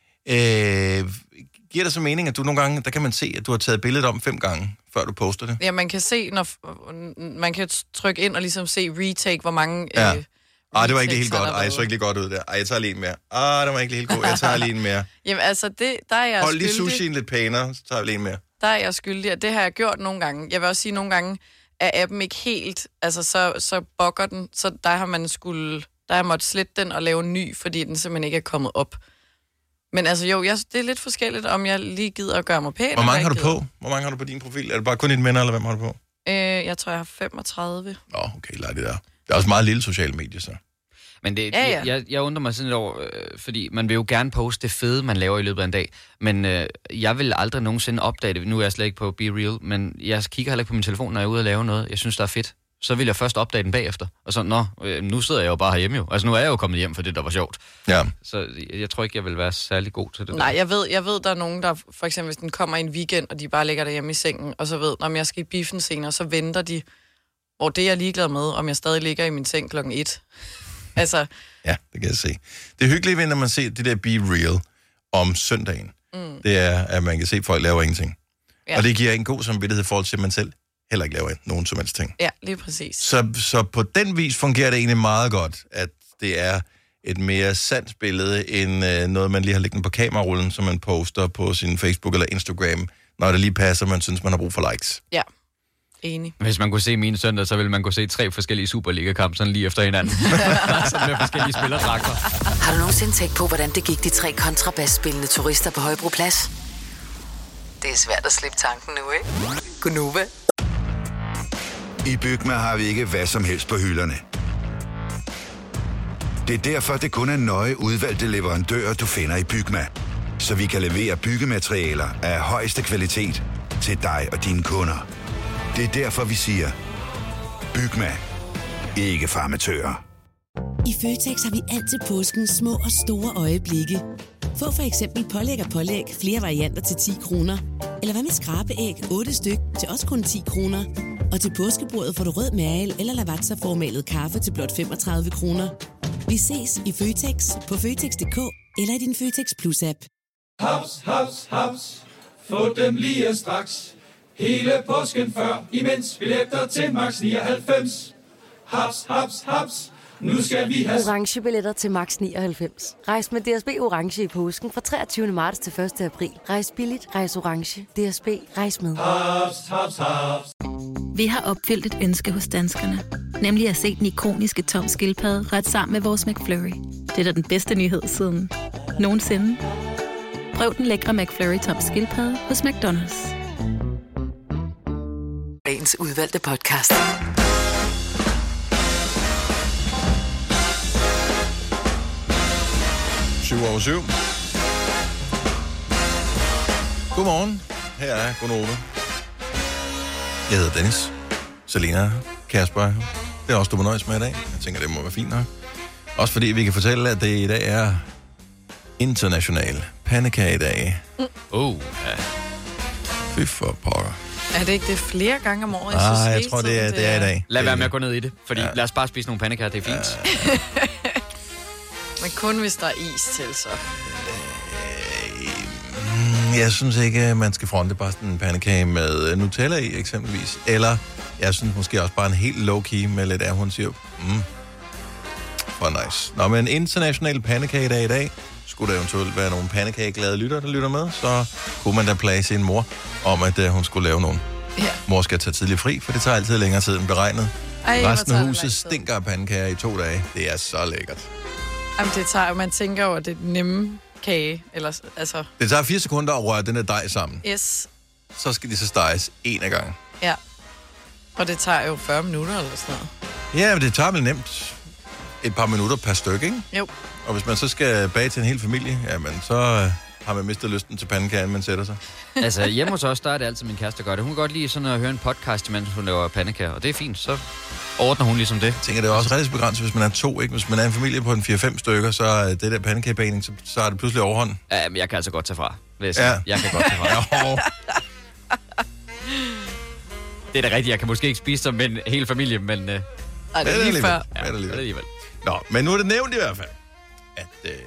Giver det så mening, at du nogle gange, der kan man se, at du har taget billedet om 5 gange, før du poster det? Ja, man kan se, når man kan trykke ind og ligesom se retake, hvor mange... Ja. Det var ikke helt godt. Jeg så ikke lige godt ud der. Jeg tager lige en mere. Det var ikke helt godt. Jeg tager lige en mere. Jamen altså, der er jeg hold lige skyldig. sushien lidt pænere, så tager jeg lige en mere. Der er jeg skyldig, og det har jeg gjort nogle gange. Jeg vil også sige, nogle gange er appen ikke helt... Altså, så bugger den, så der har jeg måttet slette den og lave en ny, fordi den simpelthen ikke er kommet op. Men altså jo, det er lidt forskelligt, om jeg lige gider at gøre mig pæn. Hvor mange har du på? Hvor mange har du på din profil? Er det bare kun dine venner, eller hvem har du på? Jeg tror, jeg har 35. Okay, lad det der. Det er også meget lille sociale medier, så. Men det, ja. Jeg undrer mig sådan lidt over, fordi man vil jo gerne poste det fede, man laver i løbet af en dag, men jeg vil aldrig nogensinde opdage det. Nu er jeg slet ikke på Be Real, men jeg kigger heller ikke på min telefon, når jeg er ude og lave noget. Jeg synes, der er fedt. Så vil jeg først opdage den bagefter. Og så, nu sidder jeg jo bare herhjemme jo. Altså, nu er jeg jo kommet hjem for det, der var sjovt. Ja. Så jeg tror ikke, jeg vil være særlig god til det. Nej, jeg ved, der er nogen, der for eksempel, hvis den kommer i en weekend, og de bare ligger derhjemme i sengen, og så ved, når jeg skal i biffen senere, så venter de, hvor det er jeg ligeglad med, om jeg stadig ligger i min seng 1:00. Altså... Ja, det kan jeg se. Det hyggelige ved, når man ser det der Be Real om søndagen, det er, at man kan se, at folk laver ingenting. Ja. Og det giver en god samvittighed i forhold til, at man selv heller ikke laver nogen som helst ting. Ja, lige præcis. Så på den vis fungerer det egentlig meget godt, at det er et mere sandt billede, end noget, man lige har liggende på kamerarullen, som man poster på sin Facebook eller Instagram, når det lige passer, man synes, man har brug for likes. Ja, enig. Hvis man kunne se mine søndag, så ville man kunne se 3 forskellige Superliga-kampe, sådan lige efter hinanden. Sådan med forskellige spillerdragter. Har du nogensinde tænkt på, hvordan det gik de 3 kontrabasspillende turister på Højbroplads? Det er svært at slippe tanken nu, ikke? Gunova. I Bygma har vi ikke hvad som helst på hylderne. Det er derfor, det kun er nøje udvalgte leverandører, du finder i Bygma. Så vi kan levere byggematerialer af højeste kvalitet til dig og dine kunder. Det er derfor, vi siger, Bygma. Ikke farmatører. I Føtex har vi altid påsken små og store øjeblikke. Få for eksempel pålæg og pålæg flere varianter til 10 kroner. Eller hvad med skrabeæg 8 styk til også kun 10 kroner. Og til påskebordet får du rød mal eller lavatserformalet kaffe til blot 35 kroner. Vi ses i Føtex på Føtex.dk eller i din Føtex Plus-app. Haps, haps, haps. Få dem lige straks. Hele påsken før, imens billetter til max 99. Haps, haps, haps. Nu skal vi have orange billetter til max 99. Rejs med DSB orange i påsken fra 23. marts til 1. april. Rejs billigt, rejs orange. DSB, rejs med. haps, haps, haps. Vi har opfyldt et ønske hos danskerne. Nemlig at se den ikoniske Tom Skildpadde ret sammen med vores McFlurry. Det er da den bedste nyhed siden nogensinde. Prøv den lækre McFlurry Tom Skildpadde hos McDonald's. Dagens udvalgte podcast. Over 7. Godmorgen. Her er Gunova. Jeg hedder Dennis. Selina, Kasper. Det er også du må nøjes med i dag. Jeg tænker, det må være fint nok. Også fordi vi kan fortælle, at det i dag er international pandekagedag. Ja. Fy for pokker. Er det ikke det flere gange om året? Jeg tror, det er i dag. Lad være med at gå ned i det, fordi lad os bare spise nogle pandekager, det er fint. Men kun hvis der er is til, så. Jeg synes ikke, man skal fronte bare sådan en pandekage med Nutella i, eksempelvis. Eller, jeg synes måske også bare en helt low-key med lidt ahornsirup. For nice. Nå, men international pandekagedag i dag. Skulle der eventuelt være nogle pandekageglade lytter, der lytter med, så kunne man da plage sin mor om, at hun skulle lave nogen. Ja. Mor skal tage tidlig fri, for det tager altid længere tid end beregnet. Resten af huset stinker af pandekager i 2 dage. Det er så lækkert. Jamen, det tager, man tænker jo, at det er nemme kage. Eller, altså. Det tager 4 sekunder at røre den her dej sammen. Yes. Så skal de så steges en af gangen. Ja. Og det tager jo 40 minutter eller sådan noget. Ja, men det tager vel nemt et par minutter per stykke, ikke? Jo. Og hvis man så skal bage til en hel familie, jamen så har man mistet lysten til pandekagen, man sætter sig. Altså hjemme hos os, der er det altid min kæreste gør det. Hun kan godt lide sådan at høre en podcast, mens hun laver pandekager, og det er fint, så ordner hun ligesom det. Jeg tænker, det er også relativt begrænset, hvis man er 2, ikke? Hvis man er en familie på en 4-5 stykker, så er det der pandekagebagning, så er det pludselig overhånd. Ja, men jeg kan altså godt tage fra. Jeg kan godt tage fra. Ja. Det er da rigtigt, jeg kan måske ikke spise som en hel familie, men Ej, det er lige før. Ja, det er alligevel. Nå, men nu er det nævnt i hvert fald, at...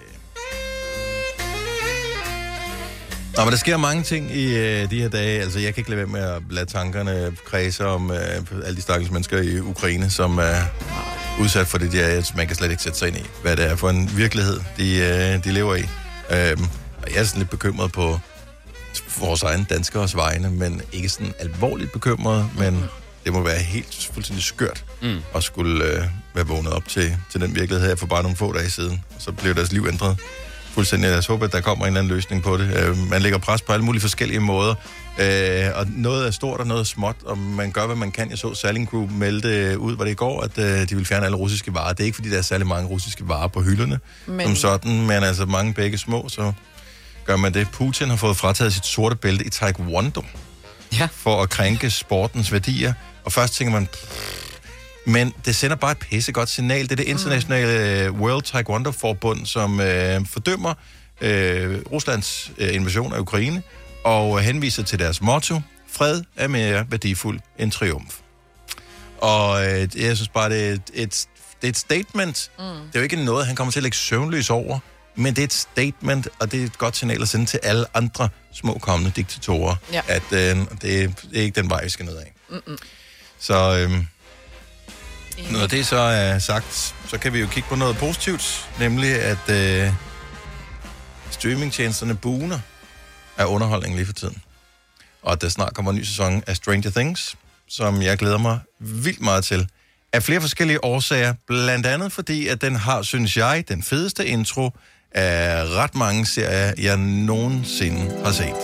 Nå, men der sker mange ting i de her dage. Altså, jeg kan ikke lade være med at lade tankerne kredse om alle de stakkels mennesker i Ukraine, som er udsat for det der. Man kan slet ikke sætte sig ind i, hvad det er for en virkelighed, de lever i. Og jeg er sådan lidt bekymret på vores egne danskers vegne, men ikke sådan alvorligt bekymret, men det må være helt fuldstændig skørt at skulle være vågnet op til den virkelighed her for bare nogle få dage siden. Så blev deres liv ændret fuldstændig. Jeg håber, at der kommer en eller anden løsning på det. Man lægger pres på alle mulige forskellige måder, og noget er stort og noget er småt, og man gør, hvad man kan. Jeg så Salling Group meldte ud, hvor det i går, at de vil fjerne alle russiske varer. Det er ikke, fordi der er særlig mange russiske varer på hylderne, som sådan, men altså mange begge små, så gør man det. Putin har fået frataget sit sorte bælte i taekwondo for at krænke sportens værdier. Og først tænker man, men det sender bare et pissegodt signal. Det er det internationale World Taekwondo-forbund, som fordømmer Ruslands invasion af Ukraine og henviser til deres motto: fred er mere værdifuld end triumf. Og jeg synes bare, det er et statement. Det er jo ikke noget, han kommer til at lægge søvnløs over, men det er et statement, og det er et godt signal at sende til alle andre små kommende diktatorer, at det er ikke den vej, vi skal ned af. Så når det så er sagt, så kan vi jo kigge på noget positivt, nemlig at streamingtjenesterne booner af underholdning lige for tiden. Og at der snart kommer en ny sæson af Stranger Things, som jeg glæder mig vildt meget til. Af flere forskellige årsager, blandt andet fordi, at den har, synes jeg, den fedeste intro af ret mange serier, jeg nogensinde har set.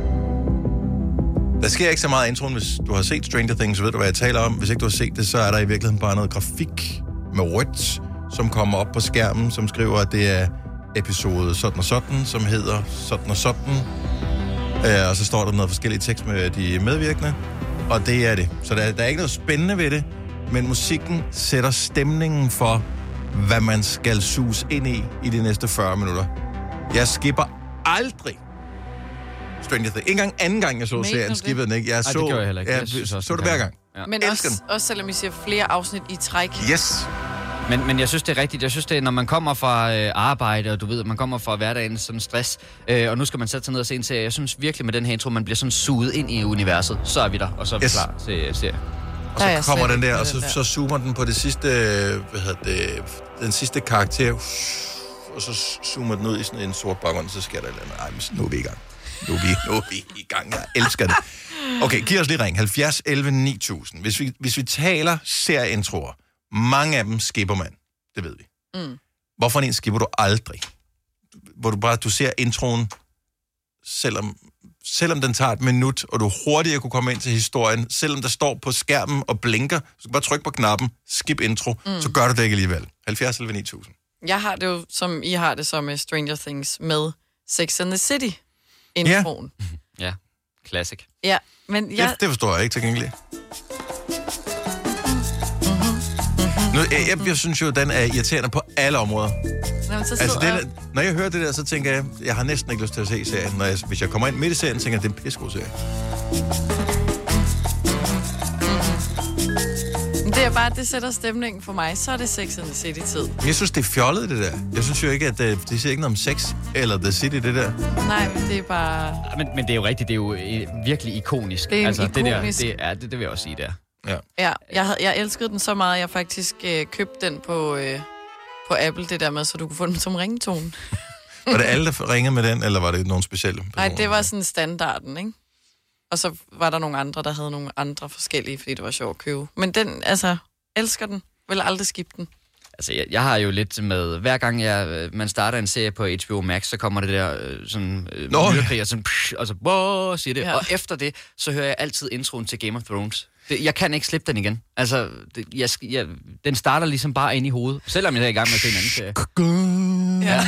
Der sker ikke så meget introen. Hvis du har set Stranger Things, så ved du, hvad jeg taler om. Hvis ikke du har set det, så er der i virkeligheden bare noget grafik med rødt, som kommer op på skærmen, som skriver, at det er episode sådan og sådan, som hedder sådan og sådan. Og så står der noget forskellige tekst med de medvirkende, og det er det. Så der er ikke noget spændende ved det, men musikken sætter stemningen for, hvad man skal suge ind i de næste 40 minutter. Jeg skipper aldrig Stranger Things. Ikke engang anden gang, jeg så serien, skippede den ikke. Jeg det gør jeg heller ikke. Jeg så det hver gang. Ja. Men også selvom I ser flere afsnit i træk. Yes. Men jeg synes, det er rigtigt. Jeg synes, det er, når man kommer fra arbejde, og du ved, man kommer fra hverdagen sådan stress, og nu skal man sætte sig ned og se en serie. Jeg synes virkelig med den her intro, man bliver sådan suget ind i universet. Så er vi der, og så er vi klar til serien. Og så kommer den der, og så zoomer den på det sidste, den sidste karakter, og så zoomer den ud i sådan en sort baggrund, så sker der et eller andet. Ej, men nu er vi i gang. Nu er vi i gang. Jeg elsker det. Okay, giv os lige ring. 70 11 9000. Hvis vi taler serieintroer, mange af dem skipper man. Det ved vi. Hvorfor en skipper du aldrig? Hvor du ser introen, selvom den tager et minut, og du hurtigere kunne komme ind til historien, selvom der står på skærmen og blinker, så kan du bare trykke på knappen, skip intro, så gør du det ikke alligevel. 70 11 9000. Jeg har det jo, som I har det, som med Stranger Things med Sex and the City introen. Ja, classic. Ja, men det forstår jeg ikke til gengæld. Jeg synes jo, den er irriterende på alle områder. Når jeg hører det der, så tænker jeg har næsten ikke lyst til at se serien. Hvis jeg kommer ind midt i serien, tænker jeg, det er en pissegod serie. Det er bare, det sætter stemningen for mig. Så er det Sex and the City-tid. Jeg synes, det er fjollet, det der. Jeg synes jo ikke, at de siger ikke noget om sex eller The City, det der. Nej, men det er bare... Men det er jo rigtigt, det er jo virkelig ikonisk. Det er ikonisk. Det vil jeg også sige, der. Ja. Jeg elskede den så meget, at jeg faktisk købte den på Apple, det der med, så du kunne få den som ringetone. Var det alle, der ringede med den, eller var det nogen specielle personer? Nej, det var sådan standarden, ikke? Og så var der nogle andre, der havde nogle andre forskellige, fordi det var sjovt at købe. Men den, elsker den. Vil aldrig skippe den. Altså, jeg har jo lidt med... Hver gang man starter en serie på HBO Max, så kommer det der sådan... myrekrig, og sådan... og så... siger det. Ja. Og efter det, så hører jeg altid introen til Game of Thrones. Jeg kan ikke slippe den igen. Altså, den starter ligesom bare ind i hovedet. Selvom jeg er i gang med at se en anden serie. Ja.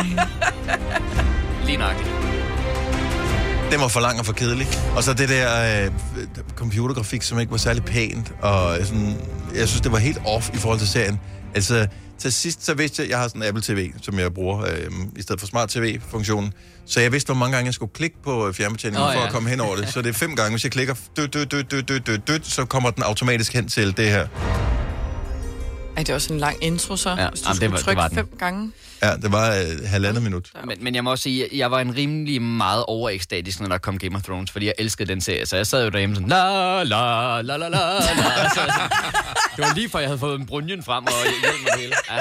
Lige nok. Den var for lang og for kedelig. Og så det der computergrafik, som ikke var særlig pænt. Og sådan, jeg synes, det var helt off i forhold til serien. Altså, til sidst så vidste jeg har sådan en Apple TV, som jeg bruger i stedet for Smart TV-funktionen. Så jeg vidste, hvor mange gange jeg skulle klikke på fjernbetjeningen for at komme hen over det. Så det er 5 gange. Hvis jeg klikker, så kommer den automatisk hen til det her. Ej, det er også en lang intro, så. Ja, hvis du skulle trykke 5 gange. Ja, det var 1,5 minut. Men jeg må også sige, jeg var en rimelig meget overekstatisk, når der kom Game of Thrones, fordi jeg elskede den serie. Så jeg sad jo derhjemme sådan, la la la la la la. Det var lige før, jeg havde fået en brunjen frem og hjælp med det hele. Ja.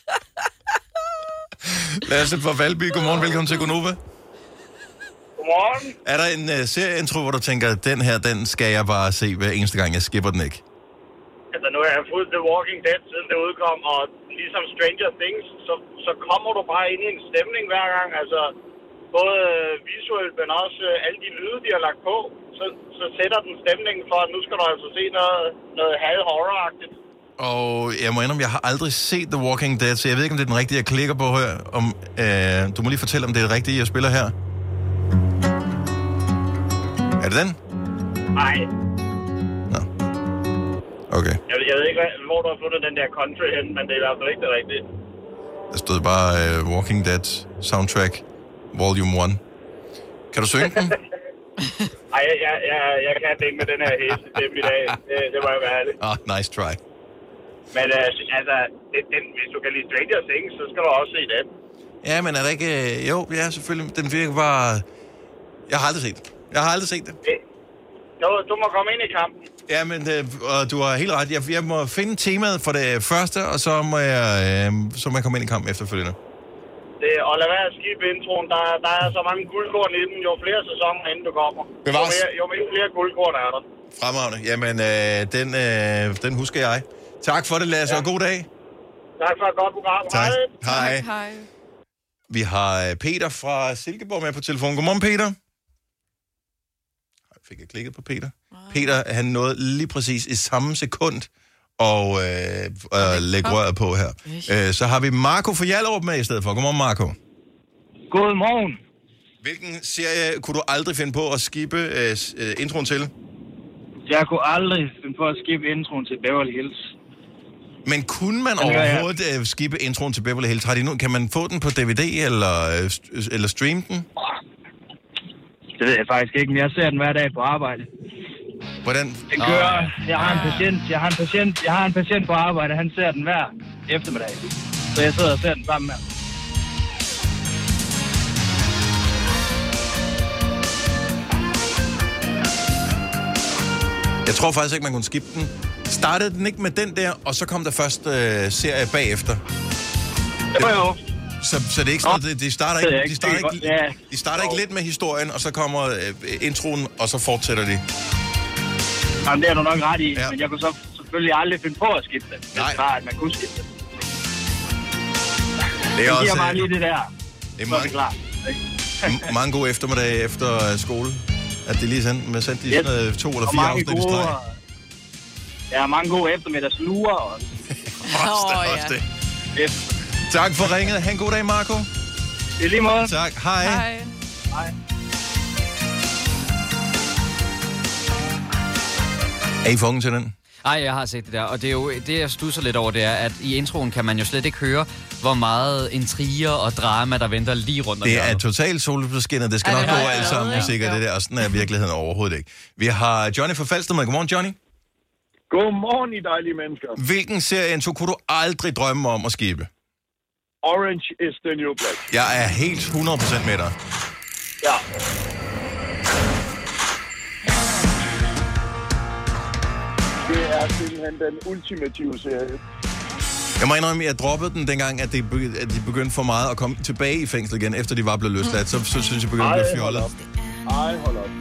Lasse fra Valby, godmorgen, velkommen til Gonova. Godmorgen. Er der en serieintro, hvor du tænker, den skal jeg bare se hver eneste gang, jeg skipper den ikke? Altså, nu har jeg fulgt The Walking Dead, siden det udkom, og ligesom Stranger Things, så kommer du bare ind i en stemning hver gang. Altså, både visuelt, men også alle de lyde, de har lagt på, så sætter den stemningen for, at nu skal du altså se noget halv-horror-agtigt. Og jeg må indrømme, jeg har aldrig set The Walking Dead, så jeg ved ikke, om det er den rigtige, jeg klikker på her. Du må lige fortælle, om det er det rigtige, jeg spiller her. Er det den? Nej. Okay. Jeg ved ikke, hvor du har fundet den der country hen, men det er i hvert fald ikke det rigtige. Der stod bare Walking Dead soundtrack volume 1. Kan du synge den? Nej, jeg kan ikke med den her hæse stemme i dag. Det må jeg være ærlig. Nice try. Men altså, hvis du kan lide Stranger Things, så skal du også se den. Ja, men er der ikke... Jo, ja, selvfølgelig. Den virker bare... Jeg har aldrig set det. Du må komme ind i kampen. Ja, men du har helt ret. Jeg må finde temaet for det første, og så må jeg komme ind i kampen efterfølgende. Og lad være at skibe introen. Der er så mange guldkorn i den. Jo flere sæsoner, inden du kommer. Jo flere guldkorn er der. Fremragende. Jamen, den husker jeg. Tak for det, Lasse, og god dag. Tak for et godt program. Tak. Hej. Vi har Peter fra Silkeborg med på telefon. Godmorgen, Peter. Fik jeg klikket på Peter? Peter, han nåede lige præcis i samme sekund og lægge røret på her. Så har vi Marco fra Hjallerup med i stedet for. Godmorgen, Marco. Godmorgen. Hvilken serie kunne du aldrig finde på at skippe introen til? Jeg kunne aldrig finde på at skippe introen til Beverly Hills. Men kunne man overhovedet skippe introen til Beverly Hills? Kan man få den på DVD eller streame den? Det ved jeg faktisk ikke, men jeg ser den hver dag på arbejde. Hvordan? Den kører. Jeg har en patient på arbejde, han ser den hver eftermiddag. Så jeg sidder og ser den sammen med ham. Jeg tror faktisk ikke, man kunne skippe den. Startede den ikke med den der, og så kom der først serie bagefter? Jo. Så det er ikke sådan noget, de starter ikke lidt med historien, og så kommer introen, og så fortsætter de. Jamen, det er du nok ret i, men jeg kunne så selvfølgelig aldrig finde på at skifte det. Nej. Det var, at man kunne skifte det. Det er også bare lige det der. Det er mange, mange gode eftermiddage efter skole, at det lige sendt de sådan 2 eller 4 afsnit i streg. Ja, mange gode eftermiddagslurer også. Også det. Tak for ringet. Ha' en god dag, Marco. I lige måde. Tak. Hej. Hej. Er I fundet til den? Nej, jeg har set det der, og det er jo det, jeg stusser lidt over, det er, at i introen kan man jo slet ikke høre, hvor meget intriger og drama, der venter lige rundt om det er totalt solskinnet. Det skal nok gå alt sammen, sikkert det der, og sådan er virkeligheden overhovedet ikke. Vi har Johnny fra Falster med. Godmorgen, Johnny. Godmorgen, I dejlige mennesker. Hvilken serie kunne du aldrig drømme om at skibe? Orange is the New Black. Jeg er helt 100% med dig. Ja. Det er simpelthen den ultimative serie. Jeg må indrømme, at jeg droppede den dengang, at de begyndte for meget at komme tilbage i fængsel igen, efter de var blevet løsladt. Så synes jeg, begyndte at blive fjollet. Ej, hold op.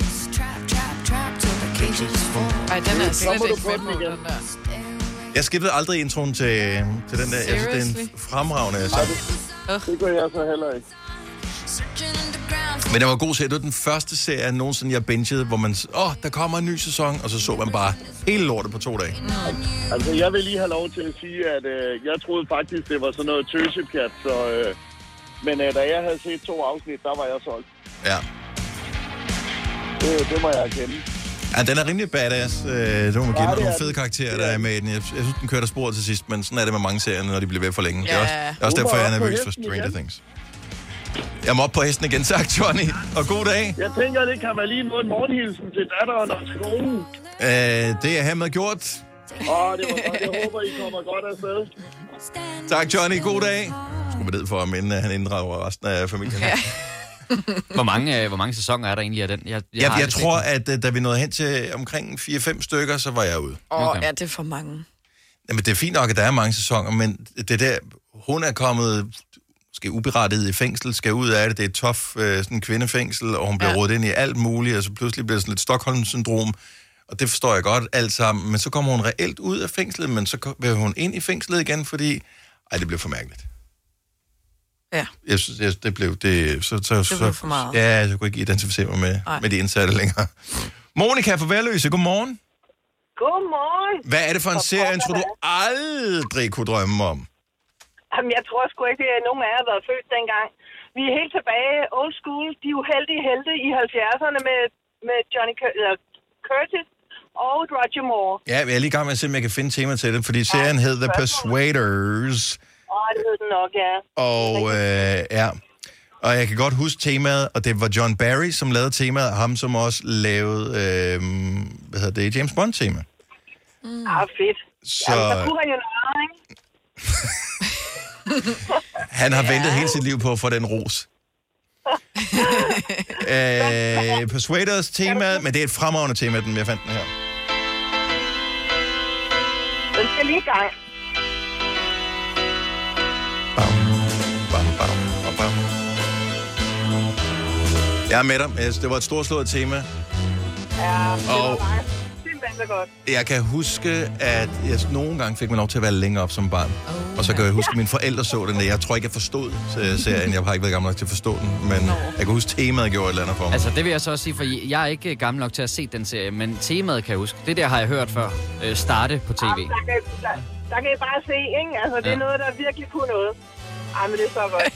Ej, den er slet ikke fedt på, den der. Jeg skippede aldrig introen til den der. Jeg synes, det er en fremragende sang. Det gør jeg så heller ikke. Men det var god serie. Det var den første serie nogensinde, jeg bingede, hvor man... der kommer en ny sæson, og så man bare hele lortet på 2 dage. Altså, jeg vil lige have lov til at sige, at jeg troede faktisk, det var sådan noget tøsepjat, så... men da jeg havde set 2 afsnit, der var jeg solgt. Ja. Det må jeg erkende. Ja, den er rimelig badass. Det må man give nogle fede karakterer, der er med i den. Jeg synes, den kørte af sporet til sidst, men sådan er det med mange serier, når de bliver ved for længe. Ja. Det er også derfor, jeg er nervøs for Stranger Things. Jeg må op på hesten igen, tak Johnny, og god dag. Jeg tænker, det kan være lige en morgenhilsen til datteren og skolen. Det er hermed gjort. Det var godt. Jeg håber, I kommer godt afsted. Tak, Johnny. God dag. Skulle vi ned for, men han inddrager resten af familien. Ja. Hvor mange sæsoner er der egentlig af den? Jeg tror, at da vi nåede hen til omkring 4-5 stykker, så var jeg ude. Ja, det er for mange. Jamen, det er fint nok, at der er mange sæsoner, men det der, hun er kommet måske uberettiget i fængsel, skal ud af det. Det er et tough sådan kvindefængsel, og hun bliver rodet ind i alt muligt, og så pludselig bliver det sådan lidt Stockholm-syndrom. Og det forstår jeg godt alt sammen. Men så kommer hun reelt ud af fængslet, men så vil hun ind i fængslet igen, fordi det blev for mærkeligt. Ja. Jeg synes, det blev for meget. Ja, jeg kunne ikke identificere mig med de indsatte længere. Monika fra Værløse, godmorgen. Godmorgen. Hvad er det for en serie, tror du aldrig kunne drømme om? Jamen, jeg tror sgu ikke, at nogen af jer har været født dengang. Vi er helt tilbage old school. De uheldige helte i 70'erne med Johnny Curtis og Roger Moore. Ja, jeg er lige i gang med at se, om jeg kan finde tema til det, fordi serien hed The Persuaders. Det hed den nok, ja. Og og jeg kan godt huske temaet, og det var John Barry, som lavede temaet, ham som også lavede, James Bond-tema. Fedt. Så Jamen, så kunne han jo noget, ikke? han har ventet hele sit liv på at få den ros. Persuaders tema, men det er et fremragende tema, jeg fandt den her. Den skal lige i gang. Jeg er med dig. Det var et storslået tema. Ja, det var simpelthen så godt. Jeg kan huske, at jeg nogle gange fik mig lov til at være længere op som barn. Og så kan jeg huske, at mine forældre så den. Jeg tror ikke, jeg forstod serien. Jeg har ikke været gammel nok til at forstå den. Men jeg kan huske, at temaet gjorde et eller andet for mig. Altså, det vil jeg så også sige, for jeg er ikke gammel nok til at se den serie. Men temaet kan jeg huske. Det der har jeg hørt før. Starte på tv. Der kan I bare se, ikke? Altså, det er noget, der virkelig kunne noget. Men det er så godt.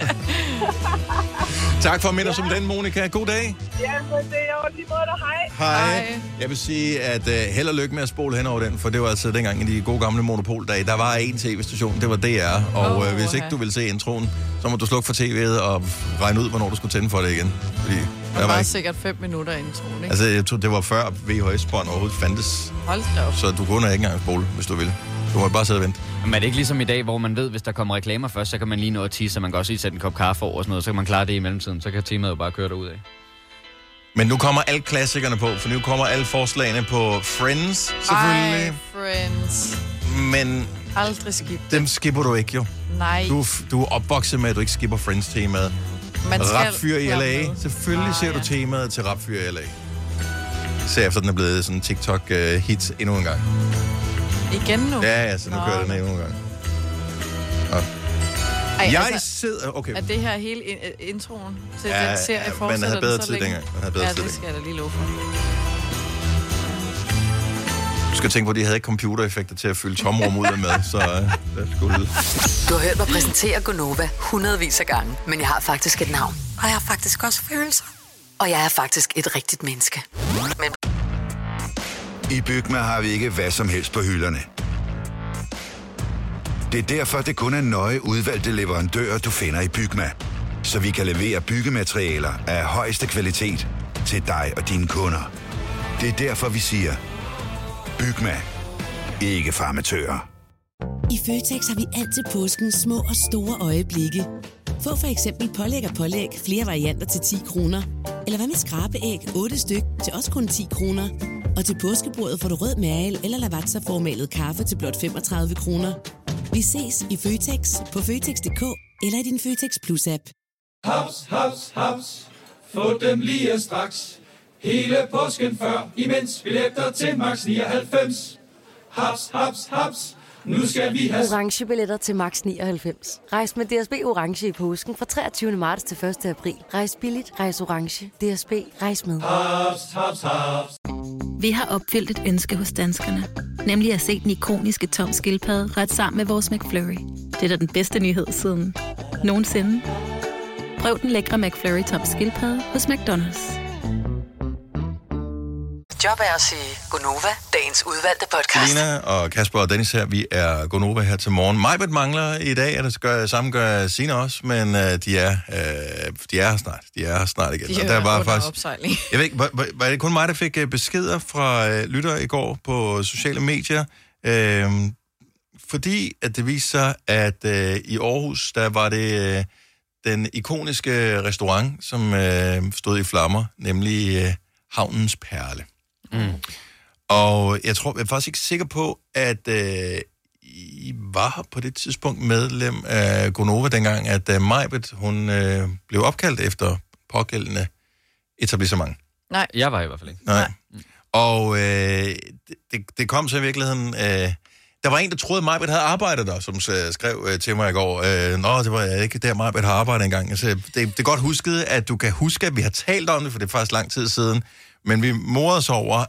Tak for at minde os om den, Monika. God dag. Ja, men det er jo lige måde, der hej. Jeg vil sige, at held og lykke med at spole hen over den, for det var altså dengang i de gode gamle Monopol-dage. Der var en tv-station, det var DR, og hvis ikke du vil se introen, så må du slukke for tv'et og regne ud, hvornår du skulle tænde for det igen. Fordi det var sikkert 5 minutter introen, ikke? Altså, jeg tror, det var før VHS-bånd overhovedet fandtes. Hold da op. Så du kunne ikke engang spole, hvis du ville. Du må bare sidde og vente. Men er det ikke ligesom i dag, hvor man ved, hvis der kommer reklamer først, så kan man lige nå at tisse, så man kan også lige sætte en kop kaffe over og sådan noget, så kan man klare det i mellemtiden. Så kan temaet jo bare køre derud af. Men nu kommer alle klassikerne på, for nu kommer alle forslagene på Friends, selvfølgelig. Friends. Men aldrig skip dem skipper du ikke, jo. Nej. Du er opvokset med, at du ikke skipper Friends-temaet. Rapfyr i LA. Selvfølgelig ser du temaet til Rapfyr i LA. Især efter den er blevet sådan en TikTok-hit endnu en gang. Igen nu? Ja, så nu kører den endnu en gang. Jeg sidder... Okay. Er det her hele introen til den serie fortsætter? Men den havde bedre tid dengang. Det skal jeg da lige love for. Du skal tænke på, at de havde ikke computereffekter til at fylde tomrum ud med, så det skulle ud. Du har hørt mig præsentere Gonova hundredvis af gange, men jeg har faktisk et navn. Og jeg har faktisk også følelser. Og jeg er faktisk et rigtigt menneske. Men i Bygma har vi ikke hvad som helst på hylderne. Det er derfor, det kun er nøje udvalgte leverandører, du finder i Bygma. Så vi kan levere byggematerialer af højeste kvalitet til dig og dine kunder. Det er derfor, vi siger, Bygma. Ikke farmatører. I Føtex har vi altid påsken små og store øjeblikke. Få for eksempel pålæg flere varianter til 10 kroner. Eller hvad med skrabeæg 8 styk til også kun 10 kroner. Og til påskebordet får du rød mal eller lavatserformalet kaffe til blot 35 kroner. Vi ses i Føtex på Føtex.dk eller i din Føtex Plus-app. Haps, haps, haps. Få dem lige straks. Hele påsken før, imens billetter til max 99. Haps, haps, haps. Nu skal vi have orange billetter til max 99. Rejs med DSB orange i påsken fra 23. marts til 1. april. Rejs billigt, rejs orange. DSB, rejs med. Haps, haps, haps. Vi har opfyldt et ønske hos danskerne. Nemlig at se den ikoniske Tom Skildpadde ret sammen med vores McFlurry. Det er da den bedste nyhed siden nogensinde. Prøv den lækre McFlurry Tom Skildpadde hos McDonald's. Job er at sige Gonova, dagens udvalgte podcast. Lina og Kasper og Dennis her, vi er Gonova her til morgen. Majbert mangler i dag, og det samme gør Signe også, men de er her snart. De er her snart igen. De er der var under faktisk, opsejling. Jeg ved ikke, var det kun mig, der fik beskeder fra lyttere i går på sociale medier, Fordi at det viste sig, at i Aarhus, der var det den ikoniske restaurant, som stod i flammer, nemlig Havnens Perle. Mm. Og jeg er faktisk ikke sikker på, at I var her på det tidspunkt medlem af Gonova, dengang, at Majbet, hun blev opkaldt efter pågældende etablissement. Nej. Jeg var i hvert fald ikke. Nej. Og det kom så i virkeligheden... der var en, der troede, at Majbet havde arbejdet der, som skrev til mig i går. Det var ikke der, Majbet har arbejdet engang. Altså, det er godt husket, at du kan huske, at vi har talt om det, for det er faktisk lang tid siden. Men vi morede os over,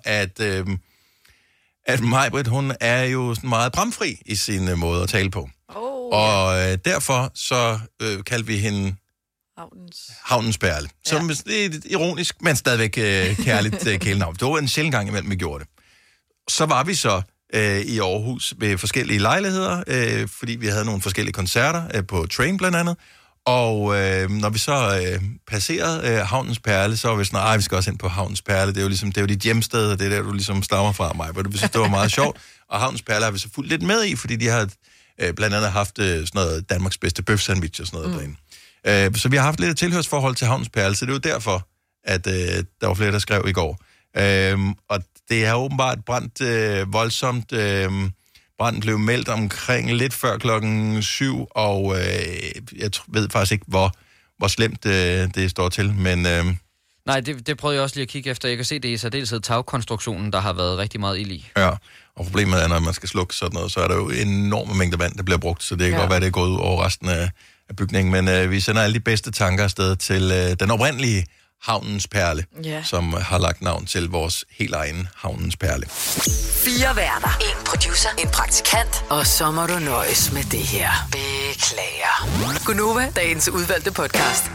at Majbet, hun er jo sådan meget bramfri i sin måde at tale på. Og derfor så kaldte vi hende Havnens Perle. Som lidt ironisk, men stadigvæk kærligt kælenavn. Det var en sjældent gang imellem, vi gjorde det. Så var vi så i Aarhus ved forskellige lejligheder, fordi vi havde nogle forskellige koncerter på Train blandt andet. Og når vi så passerede Havnens Perle, så var vi sådan, vi skal også ind på Havnens Perle. Det er jo dit hjemsted, og det er der, du ligesom stammer fra mig. Men vi synes, det var meget sjovt. Og Havnens Perle har vi så fulgt lidt med i, fordi de har blandt andet haft sådan noget Danmarks bedste bøfsandwich og sådan noget derinde. Så vi har haft lidt et tilhørsforhold til Havnens Perle, så det er jo derfor, at der var flere, der skrev i går. Og det har åbenbart brændt voldsomt. Branden blev meldt omkring lidt før 7:00, og jeg ved faktisk ikke, hvor slemt det står til, men... Nej, det prøvede jeg også lige at kigge efter. Jeg kan se, det er i særdeleshed tagkonstruktionen, der har været rigtig meget ild i. Ja, og problemet er, når man skal slukke sådan noget, så er der jo enorme mængder vand, der bliver brugt, så det kan godt være, det er gået ud over resten af bygningen, men vi sender alle de bedste tanker afsted til den oprindelige Havnens Perle, som har lagt navn til vores helt egen Havnens Perle. 4 værter, 1 producer, 1 praktikant, og så må du nøjes med det her. Beklager. Gonova, dagens udvalgte podcast.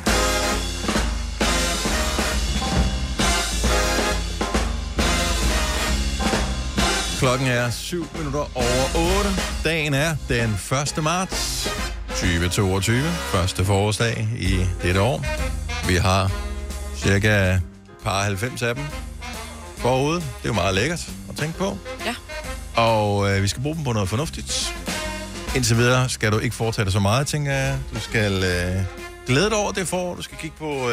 Klokken er 7:07. Dagen er den 1. marts 2022. Første forårsdag i dette år. Vi har cirka par 90 af dem forude. Det er jo meget lækkert at tænke på. Ja. Og vi skal bruge dem på noget fornuftigt. Indtil videre skal du ikke foretage dig så meget, tænker jeg. Du skal glæde dig over det forår. Du skal kigge på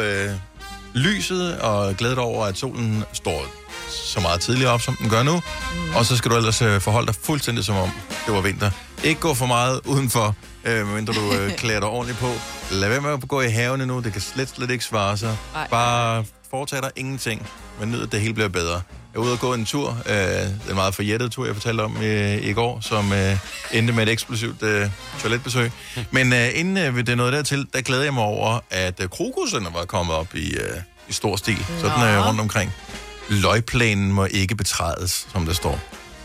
lyset og glæde dig over, at solen står så meget tidligere op, som den gør nu. Og så skal du ellers forholde dig fuldstændig som om det var vinter. Ikke gå for meget udenfor, medmindre du klæder dig ordentligt på. Lad være med at gå i haven nu. Det kan slet ikke svare sig. Bare foretage dig ingenting, men nyd, at det hele bliver bedre. Jeg er ude og gå en tur. Den meget forjættede tur, jeg fortalte om i går, som endte med et eksplosivt toiletbesøg. Men inden vi det nåede dertil, der glæder jeg mig over, at krokusserne var kommet op i stor stil. Sådan rundt omkring. Løgplanen må ikke betrædes, som der står.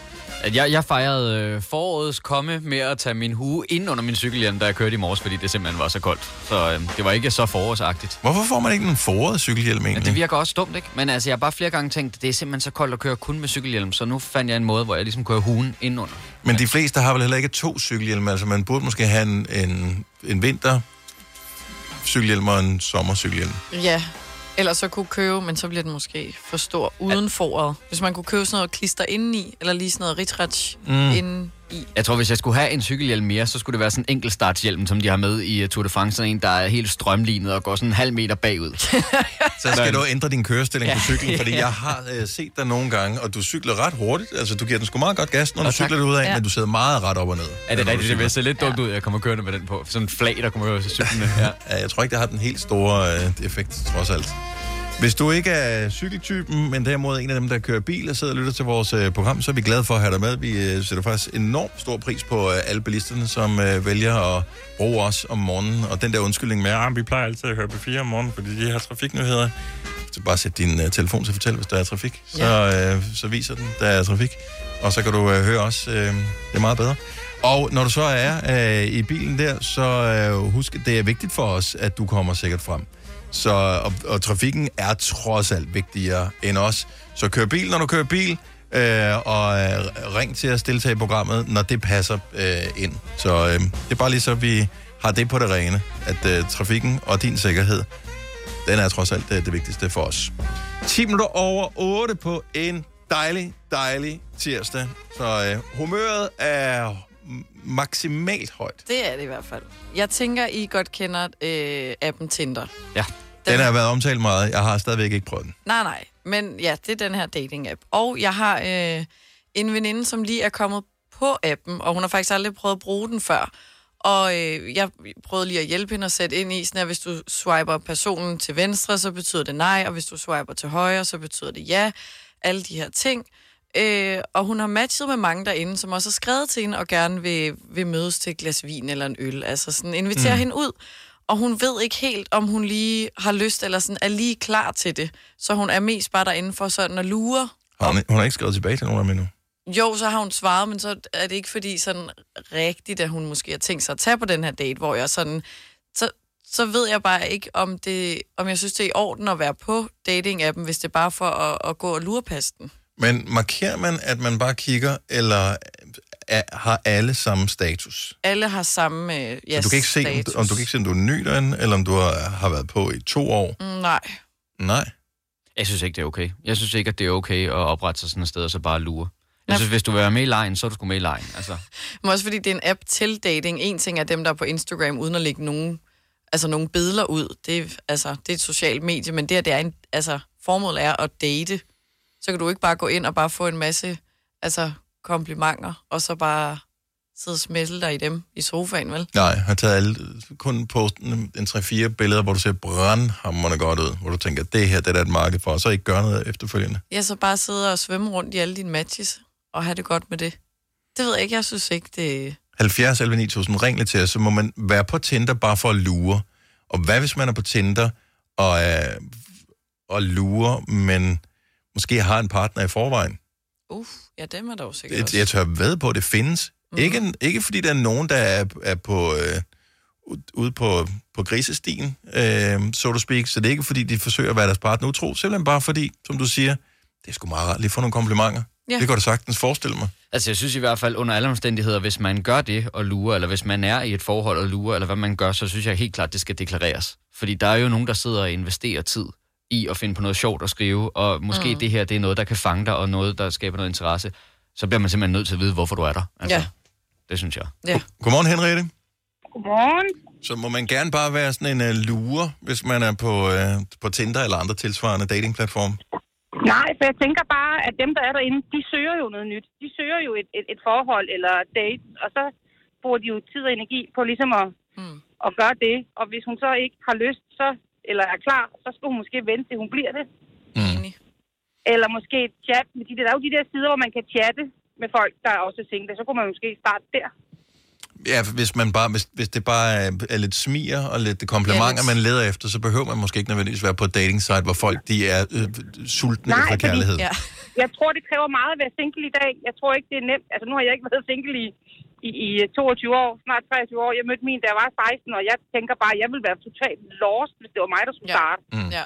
Jeg fejrede forårets komme med at tage min hue ind under min cykelhjelm, da jeg kørte i morges, fordi det simpelthen var så koldt. Så det var ikke så forårsagtigt. Hvorfor får man ikke en foråret cykelhjelm egentlig? Ja, det virker også dumt, ikke? Men altså, jeg har bare flere gange tænkt, det er simpelthen så koldt at køre kun med cykelhjelm, så nu fandt jeg en måde, hvor jeg ligesom kører huen indenunder. Men de fleste har vel heller ikke 2 cykelhjelme, altså man burde måske have en vinter cykelhjelm og en sommercykelhjelm. Ja. Eller så kunne købe, men så bliver den måske for stor uden foret. Hvis man kunne købe sådan noget klister indeni, eller lige sådan noget ritrach indeni. Jeg tror, hvis jeg skulle have en cykelhjelm mere, så skulle det være sådan en enkeltstartshjelm, som de har med i Tour de France. Sådan en, der er helt strømlignet og går sådan en halv meter bagud. Så skal du ændre din kørestilling på cyklen, fordi jeg har set dig nogle gange, og du cykler ret hurtigt. Altså, du giver den sgu meget godt gas, når du cykler det ud af, men du sidder meget ret op og ned. Er det rigtigt? Det vil se lidt dumt ud, jeg kommer kørende med den på. Sådan en flag, der kommer til cyklen. Ja, jeg tror ikke, det har den helt store effekt, trods alt. Hvis du ikke er cykeltypen, men derimod en af dem, der kører bil og sidder og lytter til vores program, så er vi glade for at have dig med. Vi sætter faktisk enormt stor pris på alle bilisterne, som vælger at bruge os om morgenen. Og den der undskyldning med, at vi plejer altid at høre P4 om morgenen, fordi de har trafiknyheder. Så bare sæt din telefon til at fortælle, hvis der er trafik. Så viser den, der er trafik. Og så kan du høre os. Det er meget bedre. Og når du så er i bilen der, så husk, det er vigtigt for os, at du kommer sikkert frem. Så, og trafikken er trods alt vigtigere end os. Så kør bil, når du kører bil, og ring til at deltage i programmet, når det passer ind. Så det er bare lige så, vi har det på det rene, at trafikken og din sikkerhed, den er trods alt det vigtigste for os. 10 minutter over 8 på en dejlig tirsdag. Så humøret er maksimalt højt. Det er det i hvert fald. Jeg tænker, I godt kender appen Tinder. Ja. Den har været omtalt meget. Jeg har stadigvæk ikke prøvet den. Nej. Men ja, det er den her dating-app. Og jeg har en veninde, som lige er kommet på appen, og hun har faktisk aldrig prøvet at bruge den før. Og jeg prøvede lige at hjælpe hende at sætte ind i, sådan at hvis du swiper personen til venstre, så betyder det nej, og hvis du swiper til højre, så betyder det ja. Alle de her ting. Og hun har matchet med mange derinde, som også har skrevet til hende og gerne vil mødes til et glas vin eller en øl. Altså sådan invitere hende ud. Og hun ved ikke helt, om hun lige har lyst, eller sådan er lige klar til det. Så hun er mest bare derinde for sådan at lure. Hun har ikke skrevet tilbage til nogen af dem endnu. Jo, så har hun svaret, men så er det ikke fordi sådan rigtigt, at hun måske har tænkt sig at tage på den her date, hvor jeg sådan... Så ved jeg bare ikke, om jeg synes, det er i orden at være på dating-appen, hvis det er bare for at gå og lurepasse den. Men markerer man, at man bare kigger, eller har alle samme status? Alle har samme så du kan ikke se, om du kan ikke se, om du er ny derinde, eller om du har været på i 2 år? Nej. Jeg synes ikke, det er okay. Jeg synes ikke, at det er okay at oprette sig sådan et sted, og så bare lure. Jeg synes, hvis du vil være med i lejen, så er du sgu med i lejen. Altså. Men også fordi det er en app til dating. En ting er dem, der er på Instagram, uden at lægge nogle billeder ud. Det er et socialt medie, men det er formålet er at date. Så kan du ikke bare gå ind og bare få en masse komplimenter, og så bare sidde og smælte dig i dem i sofaen, vel? Nej, jeg har taget kun posten en 3-4 billeder, hvor du ser brandhamrende godt ud, hvor du tænker, det her, det er et marked for, og så ikke gøre noget efterfølgende. Ja, så bare sidde og svømme rundt i alle dine matches, og have det godt med det. Det ved jeg ikke, jeg synes ikke, det... 70 11 9000, ring lidt til os, så må man være på Tinder bare for at lure. Og hvad hvis man er på Tinder og lure, men måske har en partner i forvejen? Ja, dem er dog sikkert også. Jeg tør ved på, at det findes. Ikke fordi der er nogen, der er på ude på grisestien, so to speak, så det er ikke fordi, de forsøger at være deres partner utro, simpelthen bare fordi, som du siger, det er sgu meget rart lige at få nogle komplimenter. Ja. Det kan du sagtens forestille mig. Altså, jeg synes i hvert fald, under alle omstændigheder, hvis man gør det og lurer, eller hvis man er i et forhold og lurer, eller hvad man gør, så synes jeg helt klart, det skal deklareres. Fordi der er jo nogen, der sidder og investerer tid i at finde på noget sjovt at skrive, og måske det her, det er noget, der kan fange dig, og noget, der skaber noget interesse. Så bliver man simpelthen nødt til at vide, hvorfor du er der. Altså, ja. Det synes jeg. Ja. Godmorgen, Henriette. Godmorgen. Så må man gerne bare være sådan en lure, hvis man er på Tinder eller andre tilsvarende datingplatforme? Nej, for jeg tænker bare, at dem, der er derinde, de søger jo noget nyt. De søger jo et forhold eller date, og så bruger de jo tid og energi på ligesom at gøre det. Og hvis hun så ikke har lyst, eller er klar, så skal hun måske vente til hun bliver det. Eller måske chat med der er jo de der sider, hvor man kan chatte med folk, der er også single. Så kunne man måske starte der. Ja, hvis det bare er lidt smiger og lidt komplimenter, man leder efter, så behøver man måske ikke nødvendigvis være på et dating-site, hvor folk de er sultne efter kærlighed. Ja. Jeg tror, det kræver meget at være single i dag. Jeg tror ikke, det er nemt. Altså, nu har jeg ikke været single i 22 år, snart 23 år. Jeg mødte min, da jeg var 16, og jeg tænker bare, at jeg ville være totalt lost, hvis det var mig, der skulle starte. Ja.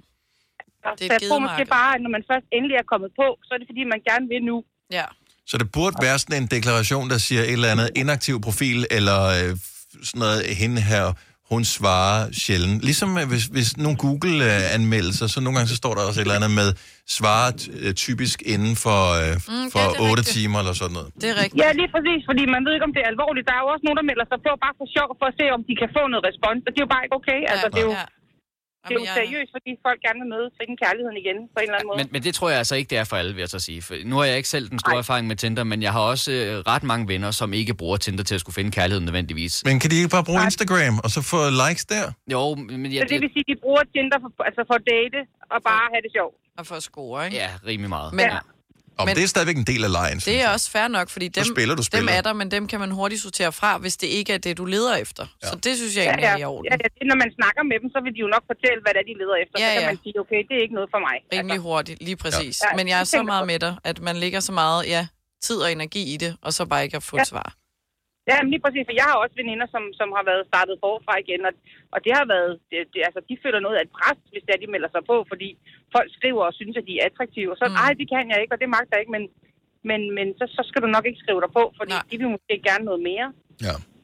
Så jeg tror måske bare, at når man først endelig er kommet på, så er det fordi, man gerne vil nu. Ja. Så det burde være sådan en deklaration, der siger et eller andet inaktiv profil, eller sådan noget, hende her, hun svarer sjældent. Ligesom hvis nogle Google-anmeldelser, så nogle gange så står der også et eller andet med svarer typisk inden for 8 timer eller sådan noget. Det er rigtigt. Ja, lige præcis, fordi man ved ikke, om det er alvorligt. Der er jo også nogen, der melder sig på bare for sjov, for at se, om de kan få noget respons. Og det er jo bare ikke okay. Altså, det er jo... Det er jo seriøst, fordi folk gerne vil møde finde kærligheden igen på en eller anden måde. Men det tror jeg altså ikke, det er for alle, vil jeg så sige. For nu har jeg ikke selv den store erfaring med Tinder, men jeg har også ret mange venner, som ikke bruger Tinder til at skulle finde kærligheden nødvendigvis. Men kan de ikke bare bruge Instagram, og så få likes der? Jo, men... Så det vil sige, at de bruger Tinder for at date, og bare have det sjovt. Og for at score, ikke? Ja, rimelig meget. Men det er stadigvæk en del af lejen. Det er også fair nok, fordi dem er der, men dem kan man hurtigt sortere fra, hvis det ikke er det, du leder efter. Ja. Så det synes jeg egentlig er i orden. Ja, når man snakker med dem, så vil de jo nok fortælle, hvad det er, de leder efter. Så kan man sige, okay, det er ikke noget for mig. Rimelig hurtigt, lige præcis. Ja. Men jeg er så meget med dig, at man lægger så meget tid og energi i det, og så bare ikke har fået svar. Ja, men lige præcis, for jeg har også veninder, som har været startet forfra igen, og det har været, altså de føler noget af et pres, hvis det er, de melder sig på, fordi folk skriver og synes, at de er attraktive, og så, det kan jeg ikke, og det magter jeg ikke, men så skal du nok ikke skrive dig på, fordi de vil måske gerne noget mere. Ja.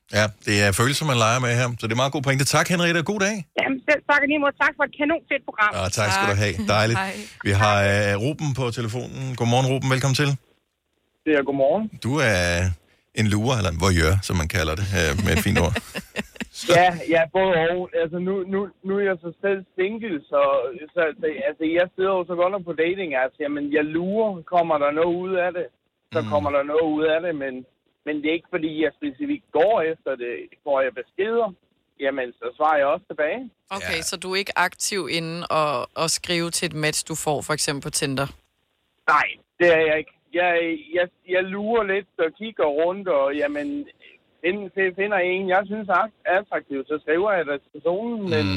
Ja, det er følelser, man leger med her, så det er meget god pointe. Tak, Henriette. God dag. Jamen, selv tak lige mod. Tak for et kanonfedt program. Ja, tak skal du have. Dejligt. Hej. Vi har Ruben på telefonen. Godmorgen, Ruben. Velkommen til. Det er godmorgen. Du er en lurer, eller en voyeur, som man kalder det, med et fint ord. Ja, både og. Altså, nu er jeg så selv single, så altså, jeg sidder jo så godt nok på dating, altså, jamen, jeg lurer, kommer der noget ud af det, så kommer der noget ud af det, men det er ikke, fordi jeg specifikt går efter det. Får jeg beskeder, jamen, så svarer jeg også tilbage. Okay, så du er ikke aktiv inde og skrive til et match, du får, for eksempel på Tinder? Nej, det er jeg ikke. Jeg lurer lidt og kigger rundt, og jamen, finder en, jeg synes er attraktiv, så skriver jeg det til personen,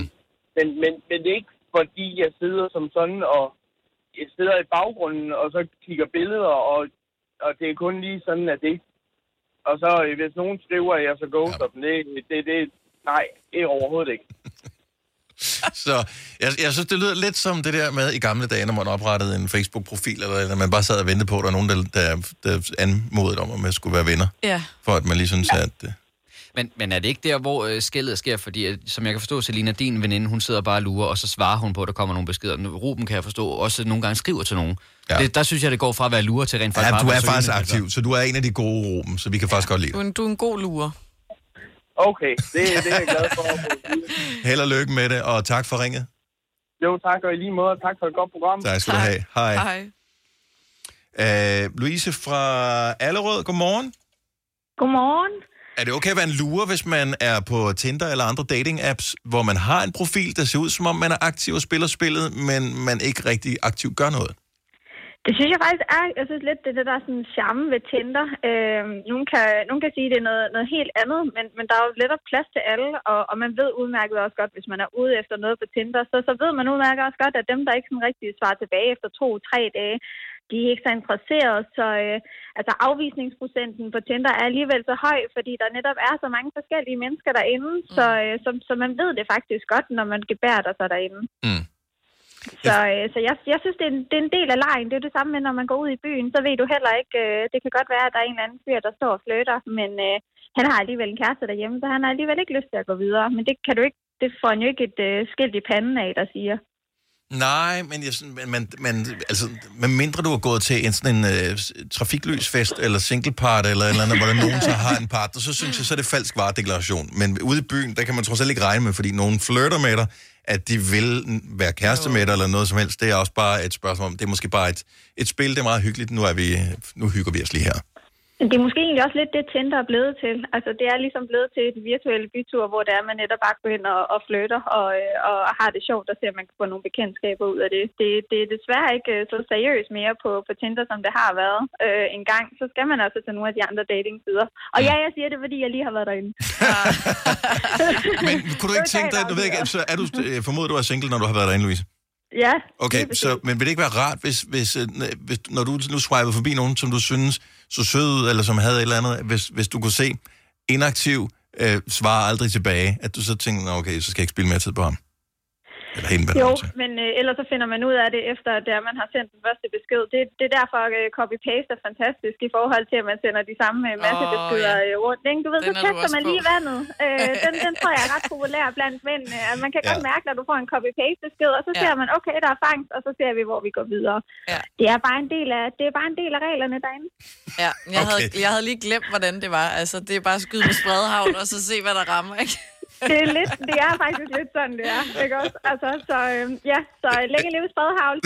men det er ikke, fordi jeg sidder som sådan, og jeg sidder i baggrunden, og så kigger billeder, og det er kun lige sådan, at det. Og så hvis nogen skriver, at jeg så ghoster dem, nej, det er overhovedet ikke. Så jeg synes, det lyder lidt som det der med i gamle dage, når man oprettede en Facebook-profil, eller når man bare sad og ventede på, at der var nogen, der anmodede om, at man skulle være venner. Ja. For at man lige synes, at... Men er det ikke der, hvor skældet sker? Fordi, som jeg kan forstå, Selina, din veninde, hun sidder bare og lurer, og så svarer hun på, at der kommer nogle beskeder. Ruben, kan jeg forstå, også nogle gange skriver til nogen. Ja. Der synes jeg, det går fra at være lurer til rent faktisk. Ja, du er faktisk aktiv, så du er en af de gode, Ruben, så vi kan faktisk godt lide dig. Du er en god lurer. Okay, det er jeg glad for. Held og lykke med det, og tak for ringet. Jo, tak, og i lige måde. Tak for et godt program. Tak skal du have. Hej. Louise fra Allerød, godmorgen. Godmorgen. Er det okay at være en lurer, hvis man er på Tinder eller andre dating-apps, hvor man har en profil, der ser ud, som om man er aktiv og spiller spillet, men man ikke rigtig aktivt gør noget? Det synes jeg faktisk er, jeg synes lidt, det der sådan charme ved Tinder. Nogen kan sige, det er noget helt andet, men der er jo lidt plads til alle, og man ved udmærket også godt, hvis man er ude efter noget på Tinder, så ved man udmærket også godt, at dem, der ikke sådan rigtig svarer tilbage efter 2-3 dage, de er ikke så interesserede, så altså afvisningsprocenten på Tinder er alligevel så høj, fordi der netop er så mange forskellige mennesker derinde, så man ved det faktisk godt, når man gebærder sig derinde. Så jeg synes, det er en del af lejen. Det er jo det samme med, når man går ud i byen, så ved du heller ikke, det kan godt være, at der er en eller anden fyr, der står og flytter, men han har alligevel en kæreste derhjemme, så han har alligevel ikke lyst til at gå videre. Men det kan du ikke, det får han jo ikke et skilt i panden af, der siger. Nej, men altså, medmindre du har gået til sådan en trafiklysfest eller singlepart eller andet, hvor der nogen så har en partner, så synes jeg, så er det falsk varedeklaration. Men ude i byen, der kan man trods alt ikke regne med, fordi nogen flirter med dig, at de vil være kæreste med dig eller noget som helst. Det er også bare et spørgsmål om, det er måske bare et spil, det er meget hyggeligt. Nu hygger vi os lige her. Det er måske egentlig også lidt det, Tinder er blevet til. Altså, det er ligesom blevet til et virtuelle bytur, hvor det er, man netop bare går ind og flytter og har det sjovt og ser, at man kan få nogle bekendtskaber ud af det. Det er desværre ikke så seriøst mere på Tinder, som det har været en gang. Så skal man altså til nogle af de andre dating-sider. Og ja, jeg siger det, fordi jeg lige har været derinde. Men kunne du ikke tænke dig, du ved ikke, så er du formodet, du er single, når du har været derinde, Louise? Ja. Okay, men vil det ikke være rart, hvis når du nu swipede forbi nogen, som du synes så sød ud, eller som havde et eller andet, hvis du kunne se inaktiv, svarer aldrig tilbage, at du så tænker, okay, så skal jeg ikke spille mere tid på ham? Eller hende, jo, men ellers så finder man ud af det, efter at man har sendt den første besked. Det er derfor, at copy-paste er fantastisk i forhold til, at man sender de samme masse beskeder rundt. Du ved, så tester man lige vandet. Den tror jeg er ret populær blandt mænd. Man kan godt mærke, når du får en copy-paste-besked, og så ser man, okay, der er fangst, og så ser vi, hvor vi går videre. Ja. Det er bare en del af reglerne derinde. Ja, jeg havde lige glemt, hvordan det var. Altså, det er bare at skyde med spredhavn, og så se, hvad der rammer, ikke? Det er faktisk lidt sådan, det er, ikke også? Altså, så længe leve spredhavl.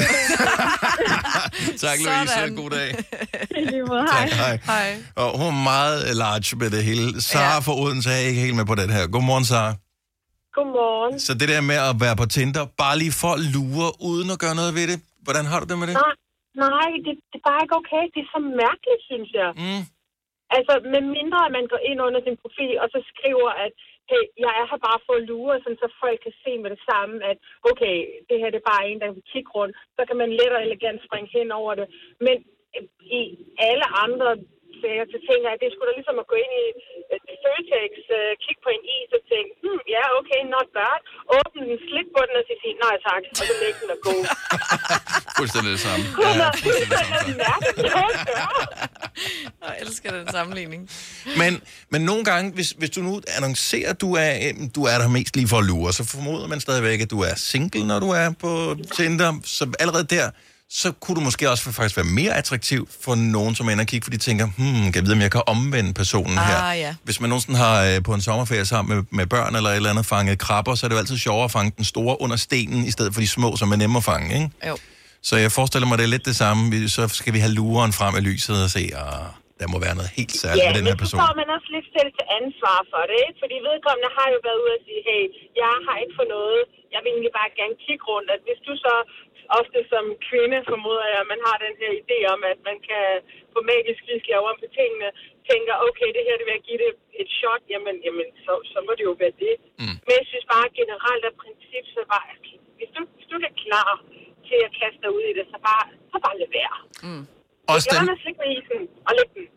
Tak, Louise. God dag. I lige måde, hej. Og hun er meget large med det hele. Sara fra Odense er ikke helt med på den her. Godmorgen, Sara. Godmorgen. Så det der med at være på Tinder, bare lige for at lure, uden at gøre noget ved det. Hvordan har du det med det? Nej, det er bare ikke okay. Det er så mærkeligt, synes jeg. Altså, med mindre at man går ind under sin profil, og så skriver, at hey, jeg er her bare for at lure, sådan, så folk kan se med det samme, at okay, det her det er bare en, der vil kigge rundt. Så kan man let og elegant springe hen over det. Men i alle andre sager, så tænker jeg, at det skulle da ligesom at gå ind i Føtex, kigge på en is og tænke, ja, okay, not bad. Åbne den, slik på den og sige, nej tak, og så lægge den og gå. Fuldstændig det samme. elsker den sammenligning. Men nogle gange, hvis du nu annoncerer, at du er der mest lige for at lure, så formoder man stadigvæk, at du er single, når du er på Tinder. Så allerede der, så kunne du måske også faktisk være mere attraktiv for nogen, som ender og kigge, for de tænker, kan jeg vide, om jeg kan omvende personen her. Ja. Hvis man nogensinde har på en sommerferie sammen med børn eller et eller andet fanget krabber, så er det jo altid sjovere at fange den store under stenen, i stedet for de små, som er nemme at fange, ikke? Jo. Så jeg forestiller mig, det er lidt det samme. Så skal vi have luren frem i lyset og se, der må være noget helt særligt med den her person. Ja, men så får man også lidt selv til ansvar for det, ikke? Fordi vedkommende har jo været ude og sige, hey, jeg har ikke fået noget. Jeg vil egentlig bare gerne kigge rundt. At hvis du så ofte som kvinde, formoder jeg, at man har den her idé om, at man kan på magisk vis lave om på tingene, tænker, okay, det her det vil jeg give det et shot, jamen så må det jo være det. Men jeg synes bare generelt af princip, så bare, hvis du er klar til at kaste dig ud i det, så bare lad være. Også det gør man slik med isen og læg den.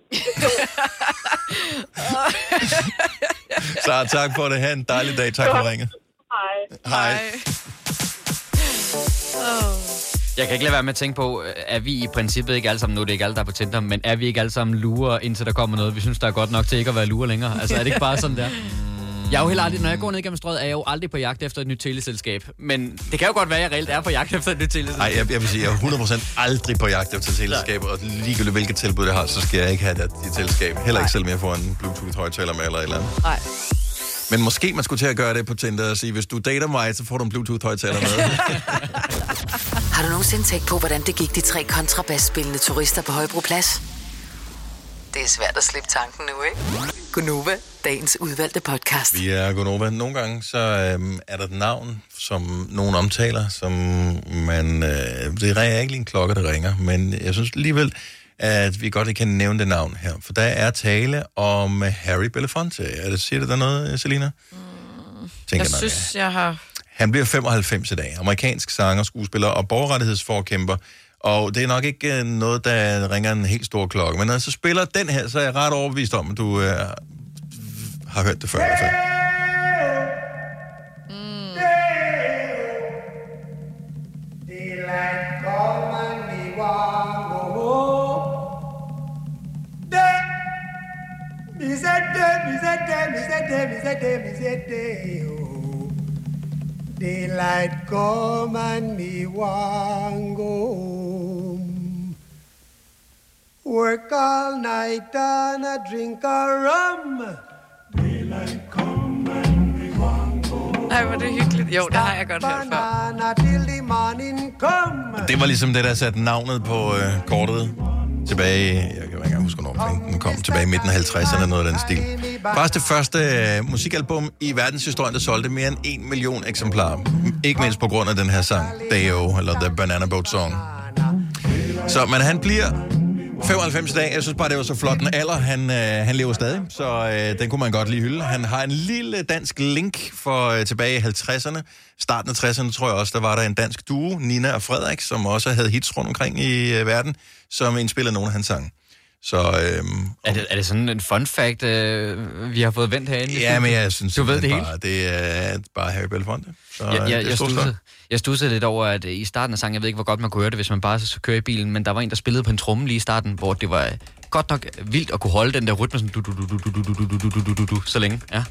Så tak for det. Ha' en dejlig dag. Tak for ringet. Hej. Jeg kan ikke lade være med at tænke på, er vi i princippet ikke alle sammen, nu er det ikke alle, der er på Tinder, men er vi ikke alle sammen lurer, indtil der kommer noget, vi synes, der er godt nok til ikke at være lurer længere? Altså er det ikke bare sådan der? Jeg er jo heller aldrig, når jeg går ned igennem strøget, er jeg jo aldrig på jagt efter et nyt teleselskab. Men det kan jo godt være, at jeg reelt er på jagt efter et nyt teleselskab. Nej, jeg vil sige, jeg er 100% aldrig på jagt efter teleselskab, og ligegyldigt hvilket tilbud jeg har, så skal jeg ikke have det teleselskab. Heller ikke selvom jeg får en Bluetooth-højtaler med eller et eller andet. Nej. Men måske man skulle til at gøre det på Tinder og sige, hvis du dater mig, så får du en Bluetooth-højtaler med. Har du nogensinde tænkt på, hvordan det gik de 3 kontrabasspillende turister på Højbroplads? Det er svært at slippe tanken nu, ikke? Gunova, dagens udvalgte podcast. Vi er Gunova. Nogle gange så er der et navn, som nogen omtaler, som man... det ringer ikke lige en klokke, der ringer, men jeg synes alligevel, at vi godt kan nævne det navn her. For der er tale om Harry Belafonte. Siger det der noget, Selina? Jeg synes, jeg har... Han bliver 95 i dag. Amerikansk sanger, skuespiller og borgerrettighedsforkæmper. Og det er nok ikke noget, der ringer en helt stor klokke. Men når jeg så spiller den her, så er jeg ret overbevist om, at du har hørt det før i hvert fald. Daylight come and me want go home. Work all night and a drink a rum. Daylight come and me want go home. Ej, hvor er det hyggeligt. Jo, det har jeg godt hørt før. Till the morning come. Det var ligesom det, der satte navnet på kortet tilbage, jeg kan ikke engang huske, hvornår den kom, tilbage i midten af 50'erne, noget af den stil. Faktisk det første musikalbum i verdenshistorien, der solgte mere end 1 million eksemplarer. Ikke mindst på grund af den her sang, Day-O, eller The Banana Boat Song. Så, men han bliver 95 i dag. Jeg synes bare, det var så flot en alder. Han lever stadig, så den kunne man godt lige hylde. Han har en lille dansk link for tilbage i 50'erne. Starten af 60'erne, tror jeg også, der var der en dansk duo, Nina og Frederik, som også havde hits rundt omkring i verden, som indspillede nogle af hans sange. Så, er det sådan en fun fact, vi har fået vendt herinde? Ja, men jeg synes, du ved det bare, det er bare Harry Belafonte. Jeg studsede lidt over, at i starten af sangen, jeg ved ikke, hvor godt man kunne høre det, hvis man bare så kører i bilen, men der var en, der spillede på en tromme lige i starten, hvor det var godt nok vildt at kunne holde den der rytme sådan så længe. Ja.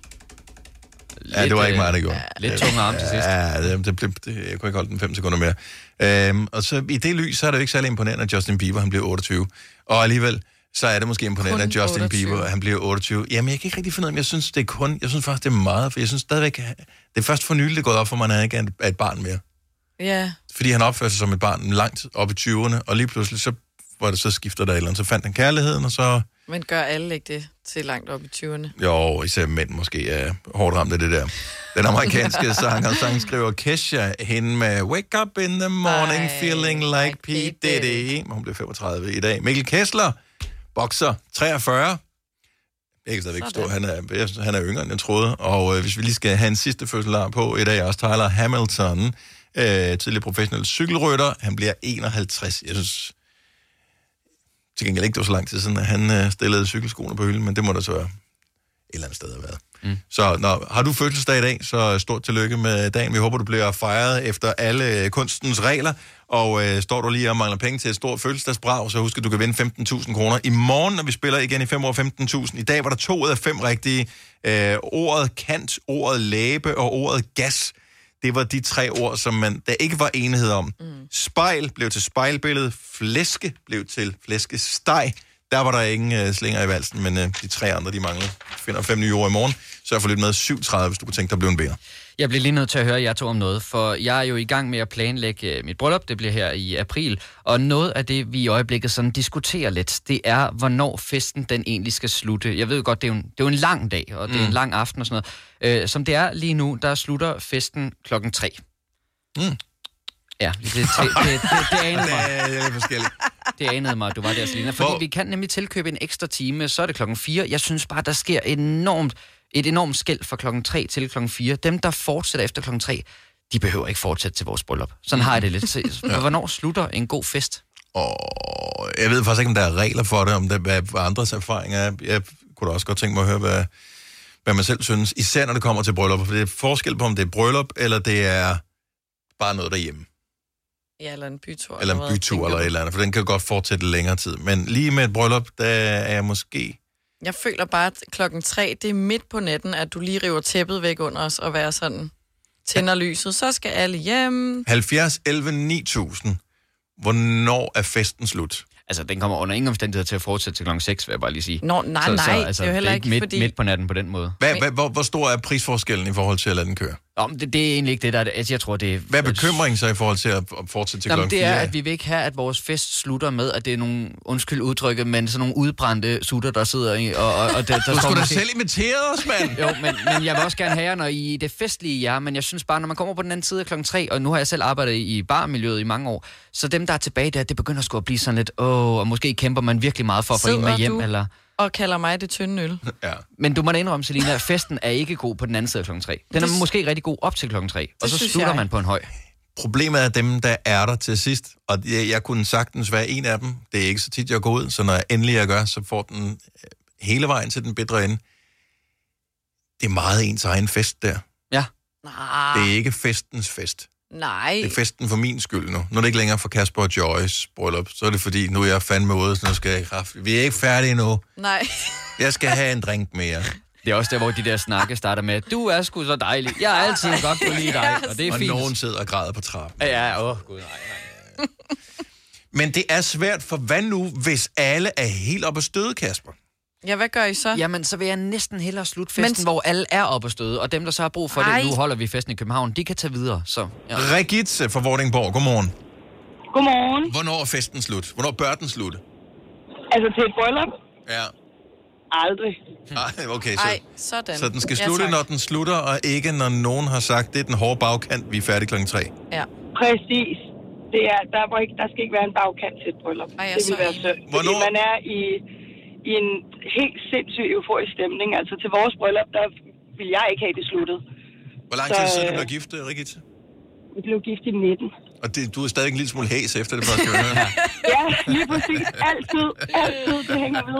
Ja, det var ikke meget, det gjorde. Lidt tunge arm til sidst. Ja, jeg kunne ikke holde den 5 sekunder mere. Og så i det lys, så er det jo ikke særlig imponerende, at Justin Bieber, han bliver 28. Og alligevel, så er det måske imponerende, at Justin 28. Bieber, han bliver 28. Jamen, jeg kan ikke rigtig finde ud af, om jeg synes, det er kun... Jeg synes faktisk, det er meget, for jeg synes stadigvæk... Det er først for nylig, det er gået op for mig, at han ikke er et barn mere. Ja. Fordi han opførte sig som et barn langt op i 20'erne, og lige pludselig, så var det så skifter der et eller andet. Så fandt han kærligheden, og så... Men gør alle ikke det til langt op i 20'erne? Jo, især mænd måske er hårdt ramt af det der. Den amerikanske sangskriver Kesha, hende med Wake Up in the Morning, Feeling Like P. Diddy. Hun blev 35 i dag. Mikkel Kessler, bokser, 43. Jeg kan stadigvæk forstå, han er yngre, end jeg troede. Og hvis vi lige skal have en sidste fødselar på i dag, også Tyler Hamilton, tidligere professionel cykelrytter, han bliver 51. Jeg synes... Til gengæld ikke, det var så lang tid siden, at han stillede cykelskoene på hylden, men det må der så være et eller andet sted have været. Så har du fødselsdag i dag, så stort tillykke med dagen. Vi håber, du bliver fejret efter alle kunstens regler. Og står du lige og mangler penge til et stort fødselsdagsbrag, så husk, at du kan vinde 15.000 kroner i morgen, når vi spiller igen i 5 år 15.000. I dag var der 2 ud af 5 rigtige. Ordet kant, ordet læbe og ordet gas. Det var de 3 ord, som der ikke var enighed om. Spejl blev til spejlbillede. Flæske blev til flæskesteg. Der var der ingen slinger i valsen, men de 3 andre, de manglede. Finder 5 nye ord i morgen. Sørg for lidt med 7.30, hvis du kunne tænke dig at blive en vinder. Jeg bliver lige nødt til at høre jer to om noget, for jeg er jo i gang med at planlægge mit bryllup. Det bliver her i april. Og noget af det, vi i øjeblikket sådan diskuterer lidt, det er, hvornår festen den egentlig skal slutte. Jeg ved godt, det er jo en lang dag, og det er en lang aften og sådan noget. Som det er lige nu, der slutter festen 3:00. Ja, det anede mig. Det er forskelligt. Det anede mig, at du var der, Selina. Fordi vi kan nemlig tilkøbe en ekstra time, så er det 4:00. Jeg synes bare, der sker et enormt skel fra 3:00 til 4:00. Dem, der fortsætter efter 3:00, de behøver ikke fortsætte til vores bryllup. Sådan har jeg det lidt. Så, hvornår slutter en god fest? Jeg ved faktisk ikke, om der er regler for det, om det hvad andres erfaringer er. Jeg kunne da også godt tænke mig at høre, hvad man selv synes. Især når det kommer til bryllup. For det er forskel på, om det er bryllup, eller det er bare noget derhjemme. Ja, eller en bytur. Eller en bytur eller et eller andet, for den kan godt fortsætte længere tid. Men lige med et bryllup, der er jeg måske... Jeg føler bare, at 3:00, det er midt på natten, at du lige river tæppet væk under os og være sådan, tænder lyset, så skal alle hjem. 70, 11, 9000. Hvornår er festen slut? Altså, den kommer under ingen omstændighed til at fortsætte til 6:00, vil jeg bare lige sige. Nej, altså, det er jo heller ikke, fordi... midt på natten på den måde. Hvor stor er prisforskellen i forhold til at lade den køre? Det er egentlig ikke det, der er... Altså, jeg tror, det er... Hvad er bekymringen så i forhold til at fortsætte til 4:00? Det er, at vi vil ikke have, at vores fest slutter med, at det er nogle, undskyld udtrykket, men sådan nogle udbrændte sutter, der sidder i... Og der du skulle da selv invitere os, mand! Jo, men jeg vil også gerne have jer, når I er det festlige jer, men jeg synes bare, når man kommer på den anden side af 3:00, og nu har jeg selv arbejdet i barmiljøet i mange år, så dem, der er tilbage der, det begynder sgu at blive sådan lidt, og måske kæmper man virkelig meget for at få en med hjem, eller... og kalder mig det tynde øl. Ja. Men du må da indrømme, Selina, at festen er ikke god på den anden side af 3:00. Den er måske rigtig god op til 3:00, og så slutter man på en høj. Problemet er dem, der er der til sidst, og jeg kunne sagtens være en af dem. Det er ikke så tit, jeg går ud, så når jeg endelig gør, så får den hele vejen til den bedre ende. Det er meget ens egen fest der. Ja. Det er ikke festens fest. Nej. Det er festen for min skyld nu. Nu er det ikke længere for Kasper og Joyce bryllup. Så er det fordi, nu er jeg fandme ude, så nu skal jeg i kraft. Vi er ikke færdige endnu. Nej. Jeg skal have en drink mere. Det er også der, hvor de der snakke starter med, du er sgu så dejlig. Jeg er altid godt kunne lide dig, og det er fint. Og nogen sidder og græder på trappen. Ja, gud, nej. Men det er svært, for hvad nu, hvis alle er helt oppe at støde, Kasper? Ja, hvad gør I så? Jamen, så vil jeg næsten hellere slutte festen, hvor alle er oppe at støde, og dem, der så har brug for det, nu holder vi festen i København, de kan tage videre, så... Ja. Regitze fra Vordingborg, godmorgen. Godmorgen. Hvornår er festen slut? Hvornår bør den slutte? Altså til et bryllup? Ja. Aldrig. Okay, sådan. Så den skal slutte, når den slutter, og ikke når nogen har sagt, det er den hårde bagkant, vi er færdige 3:00. Ja. Præcis. Der skal ikke være en bagkant til et bryllup. Det vil være synd. Fordi man er i en helt sindssyg euforisk stemning. Altså til vores bryllup, der vil jeg ikke have det sluttet. Hvor lang tid siden du blev gift, Regitze? Vi blev gift i 19. Og du er stadig en lille smule hæs efter det første gang. Ja, lige præcis. Altid, det hænger ved.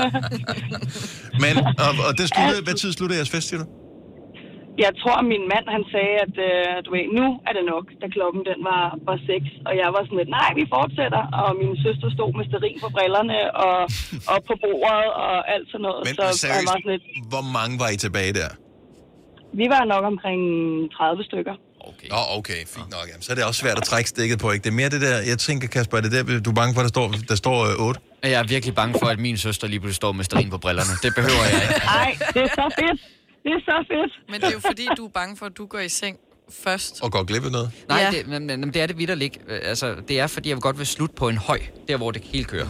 Men, og det sluttede, hvad tid sluttede jeres fest, siger du? Jeg tror, min mand, han sagde, at nu er det nok, da klokken den var 6. Og jeg var sådan lidt, nej, vi fortsætter. Og min søster stod med stearin på brillerne og på bordet og alt sådan noget. Men så seriøst, var sådan lidt, hvor mange var I tilbage der? Vi var nok omkring 30 stykker. Okay, fint nok. Jamen, så er det også svært at trække stikket på, ikke? Det er mere det der, jeg tænker, Kasper, er det der, du er bange for, der står 8? Jeg er virkelig bange for, at min søster lige pludselig står med stearin på brillerne. Det behøver jeg ikke. Nej, det er så fedt. Det er så fedt. Men det er jo fordi, du er bange for, at du går i seng først. Og går glip af noget? Nej, det er det vitterligt. Altså, det er fordi, jeg vil godt vil slutte på en høj, der hvor det helt kører.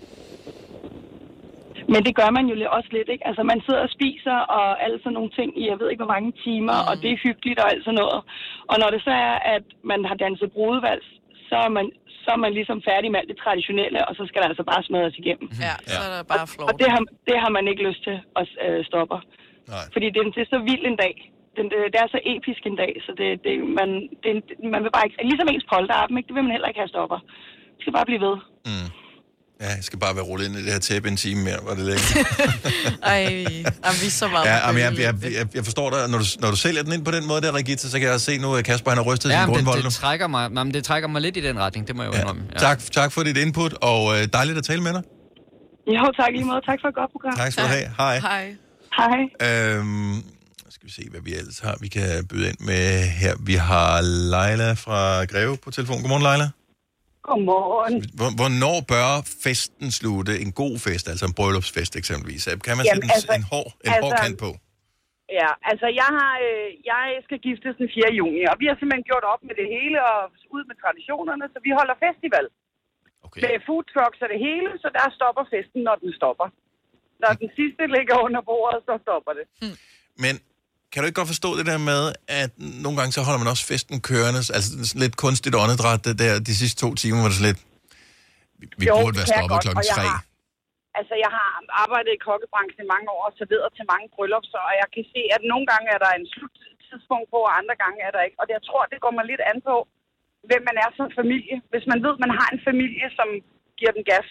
Men det gør man jo også lidt, ikke? Altså, man sidder og spiser og alle sådan nogle ting i, jeg ved ikke, hvor mange timer, og det er hyggeligt og alt sådan noget. Og når det så er, at man har danset brudevals, så er man ligesom færdig med alt det traditionelle, og så skal der altså bare smadres igennem. Ja, så er der bare flot. Og det har man ikke lyst til at stoppe. Nej. Fordi det er så vild en dag. Det er så episk en dag, så man vil bare ikke... Ligesom ens polterappen, ikke? Det vil man heller ikke have stopper. Det skal bare blive ved. Mm. Ja, jeg skal bare være rullet ind i det her tæppe en time mere, var det lækkert. vi er så meget. Ja, men jeg forstår dig, når du sælger den ind på den måde der, Regitze, så kan jeg se nu, at Kasper han har rystet sin grundvold nu. Det trækker mig lidt i den retning, det må jeg jo indrømme. Ja. Tak for dit input, og dejligt at tale med dig. Jo, tak lige måde. Tak for et godt program. Tak skal du have. Hej. Hej. Skal vi se, hvad vi ellers har, vi kan byde ind med her. Vi har Leila fra Greve på telefon. Godmorgen, Leila. Godmorgen. Hvornår bør festen slutte? En god fest, altså en bryllupsfest eksempelvis. Kan man sætte en hård kant på? Ja, altså jeg skal giftes den 4. juni, og vi har simpelthen gjort op med det hele og ud med traditionerne, så vi holder festival. Okay. Med food trucks og det hele, så der stopper festen, når den stopper. Når den sidste ligger under bordet, så stopper det. Men kan du ikke godt forstå det der med, at nogle gange så holder man også festen kørende, altså lidt kunstigt åndedræt, det der de sidste 2 timer, var det så lidt, vi burde være stoppet klokken 3. Jeg har arbejdet i kokkebranchen i mange år og serveret til mange bryllupper, og jeg kan se, at nogle gange er der en sluttidspunkt på, og andre gange er der ikke. Og jeg tror, det går mig lidt an på, hvem man er som familie. Hvis man ved, at man har en familie, som giver den gas,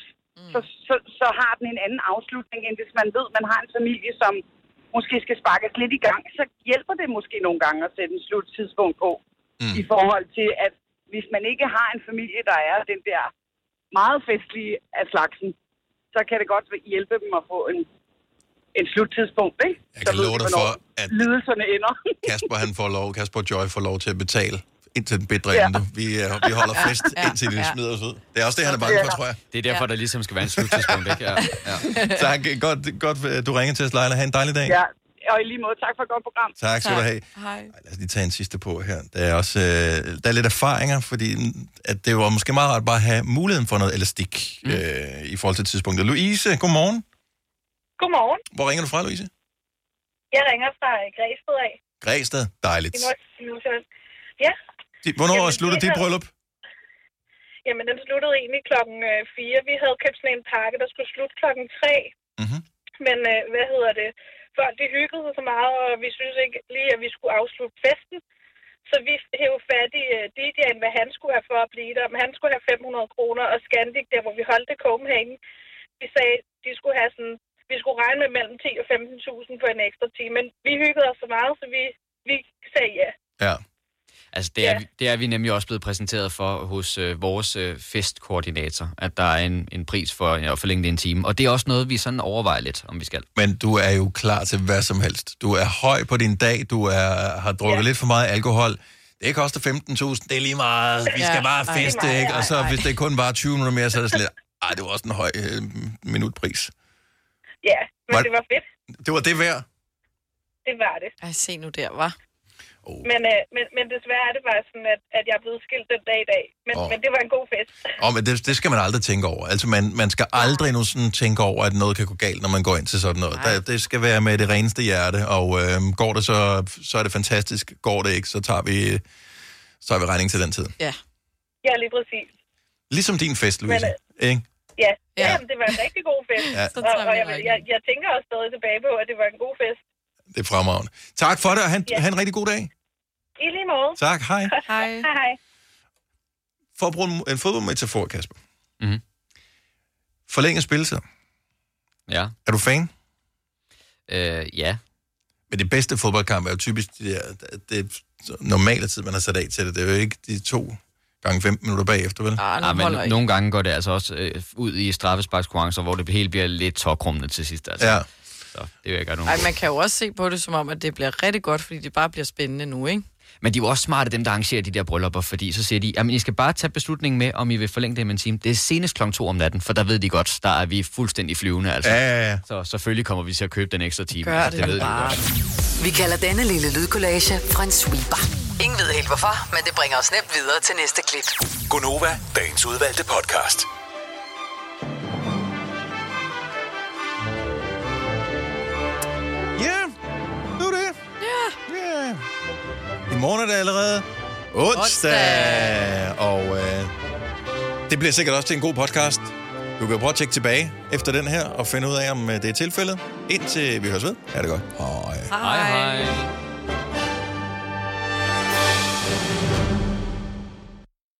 så har den en anden afslutning, end hvis man ved, at man har en familie, som måske skal sparkes lidt i gang, så hjælper det måske nogle gange at sætte en sluttidspunkt på. I forhold til, at hvis man ikke har en familie, der er den der meget festlige af slagsen, så kan det godt hjælpe dem at få en sluttidspunkt, ikke? Jeg kan love dig for, at lidelserne ender. Kasper Joy får lov til at betale indtil den bedre ende. Vi holder fest, indtil de smider os ud. Det er også det, han er bange for, tror jeg. Det er derfor, der ligesom skal være en sluttidspunkt, ikke? Ja. Tak. Godt, du ringer til os, Leila. Ha' en dejlig dag. Ja, og i lige måde. Tak for et godt program. Tak skal du have. Hej. Lad os lige tage en sidste på her. Der er også der er lidt erfaringer, fordi at det var måske meget rart bare at have muligheden for noget elastik i forhold til tidspunktet. Louise, godmorgen. Godmorgen. Hvor ringer du fra, Louise? Jeg ringer fra Græsted af. Græsted, dejligt. Ja. Hvornår slutter dit bryllup? Jamen, den sluttede egentlig 4:00. Vi havde købt sådan en pakke, der skulle slutte 3:00. Mm-hmm. Men folk de hyggede sig så meget, og vi synes ikke lige, at vi skulle afslutte festen. Så vi hævde fat i DJ'en, hvad han skulle have for at blive der. Men han skulle have 500 kroner, og Scandic, der hvor vi holdt det Copenhagen, vi sagde, de skulle have sådan, vi skulle regne med mellem 10 og 15.000 for en ekstra time. Men vi hyggede os så meget, så vi sagde ja. Ja. Altså, det er vi nemlig også blevet præsenteret for hos vores festkoordinator, at der er en pris for at forlænge det en time. Og det er også noget, vi sådan overvejer lidt, om vi skal. Men du er jo klar til hvad som helst. Du er høj på din dag, har drukket lidt for meget alkohol. Det koster 15.000, det er lige meget. Vi skal bare feste, ikke? Og så hvis det kun var 20 minutter mere, så er det slet... det var også en høj minutpris. Ja, men det var fedt. Det var det værd? Det var det. Se nu der, var. Men desværre er det bare sådan, at jeg er blevet skilt den dag i dag. Men det var en god fest. Men det skal man aldrig tænke over. Altså, man skal aldrig nu sådan tænke over, at noget kan gå galt, når man går ind til sådan noget. Det skal være med det reneste hjerte, og går det så er det fantastisk. Går det ikke, så tager vi regning til den tid. Ja, lige præcis. Ligesom din fest, Louise. Ikke? Ja. Jamen, det var en rigtig god fest. Ja. Og jeg tænker også stadig tilbage på, at det var en god fest. Det er fremragende. Tak for det, og have en rigtig god dag. I lige måde. Tak, hej. Hej. For at bruge en fodboldmetafor, Kasper. Mm-hmm. Forlænget spilletid. Ja. Er du fan? Ja. Men det bedste fodboldkamp er jo typisk det normale tid, man har sat af til det. Det er jo ikke de 2 gange 15 minutter bagefter, vel? Men nogle gange går det altså også ud i straffesparkskonkurrencer, hvor det hele bliver lidt tårkrummende til sidst. Altså. Ja. Så det vil jeg gøre nogen. Man kan jo også se på det som om, at det bliver rigtig godt, fordi det bare bliver spændende nu, ikke? Men de er jo også smarte, dem der arrangerer de der bryllupper, fordi så siger de, jamen I skal bare tage beslutningen med, om I vil forlænge det med en time. Det er senest kl. 2 om natten, for der ved de godt, der er vi fuldstændig flyvende, altså. Ja. Så selvfølgelig kommer vi til at købe den ekstra time. Gør det ved bare. De godt. Vi kalder denne lille lydkollage en sweeper. Ingen ved helt hvorfor, men det bringer os nemt videre til næste klip. Gonova, dagens udvalgte podcast. I morgen er det allerede onsdag. Og det bliver sikkert også til en god podcast. Du kan prøve at tjekke tilbage efter den her og finde ud af, om det er tilfældet. Indtil vi høres ved. Ha' det godt. Hej. Hej.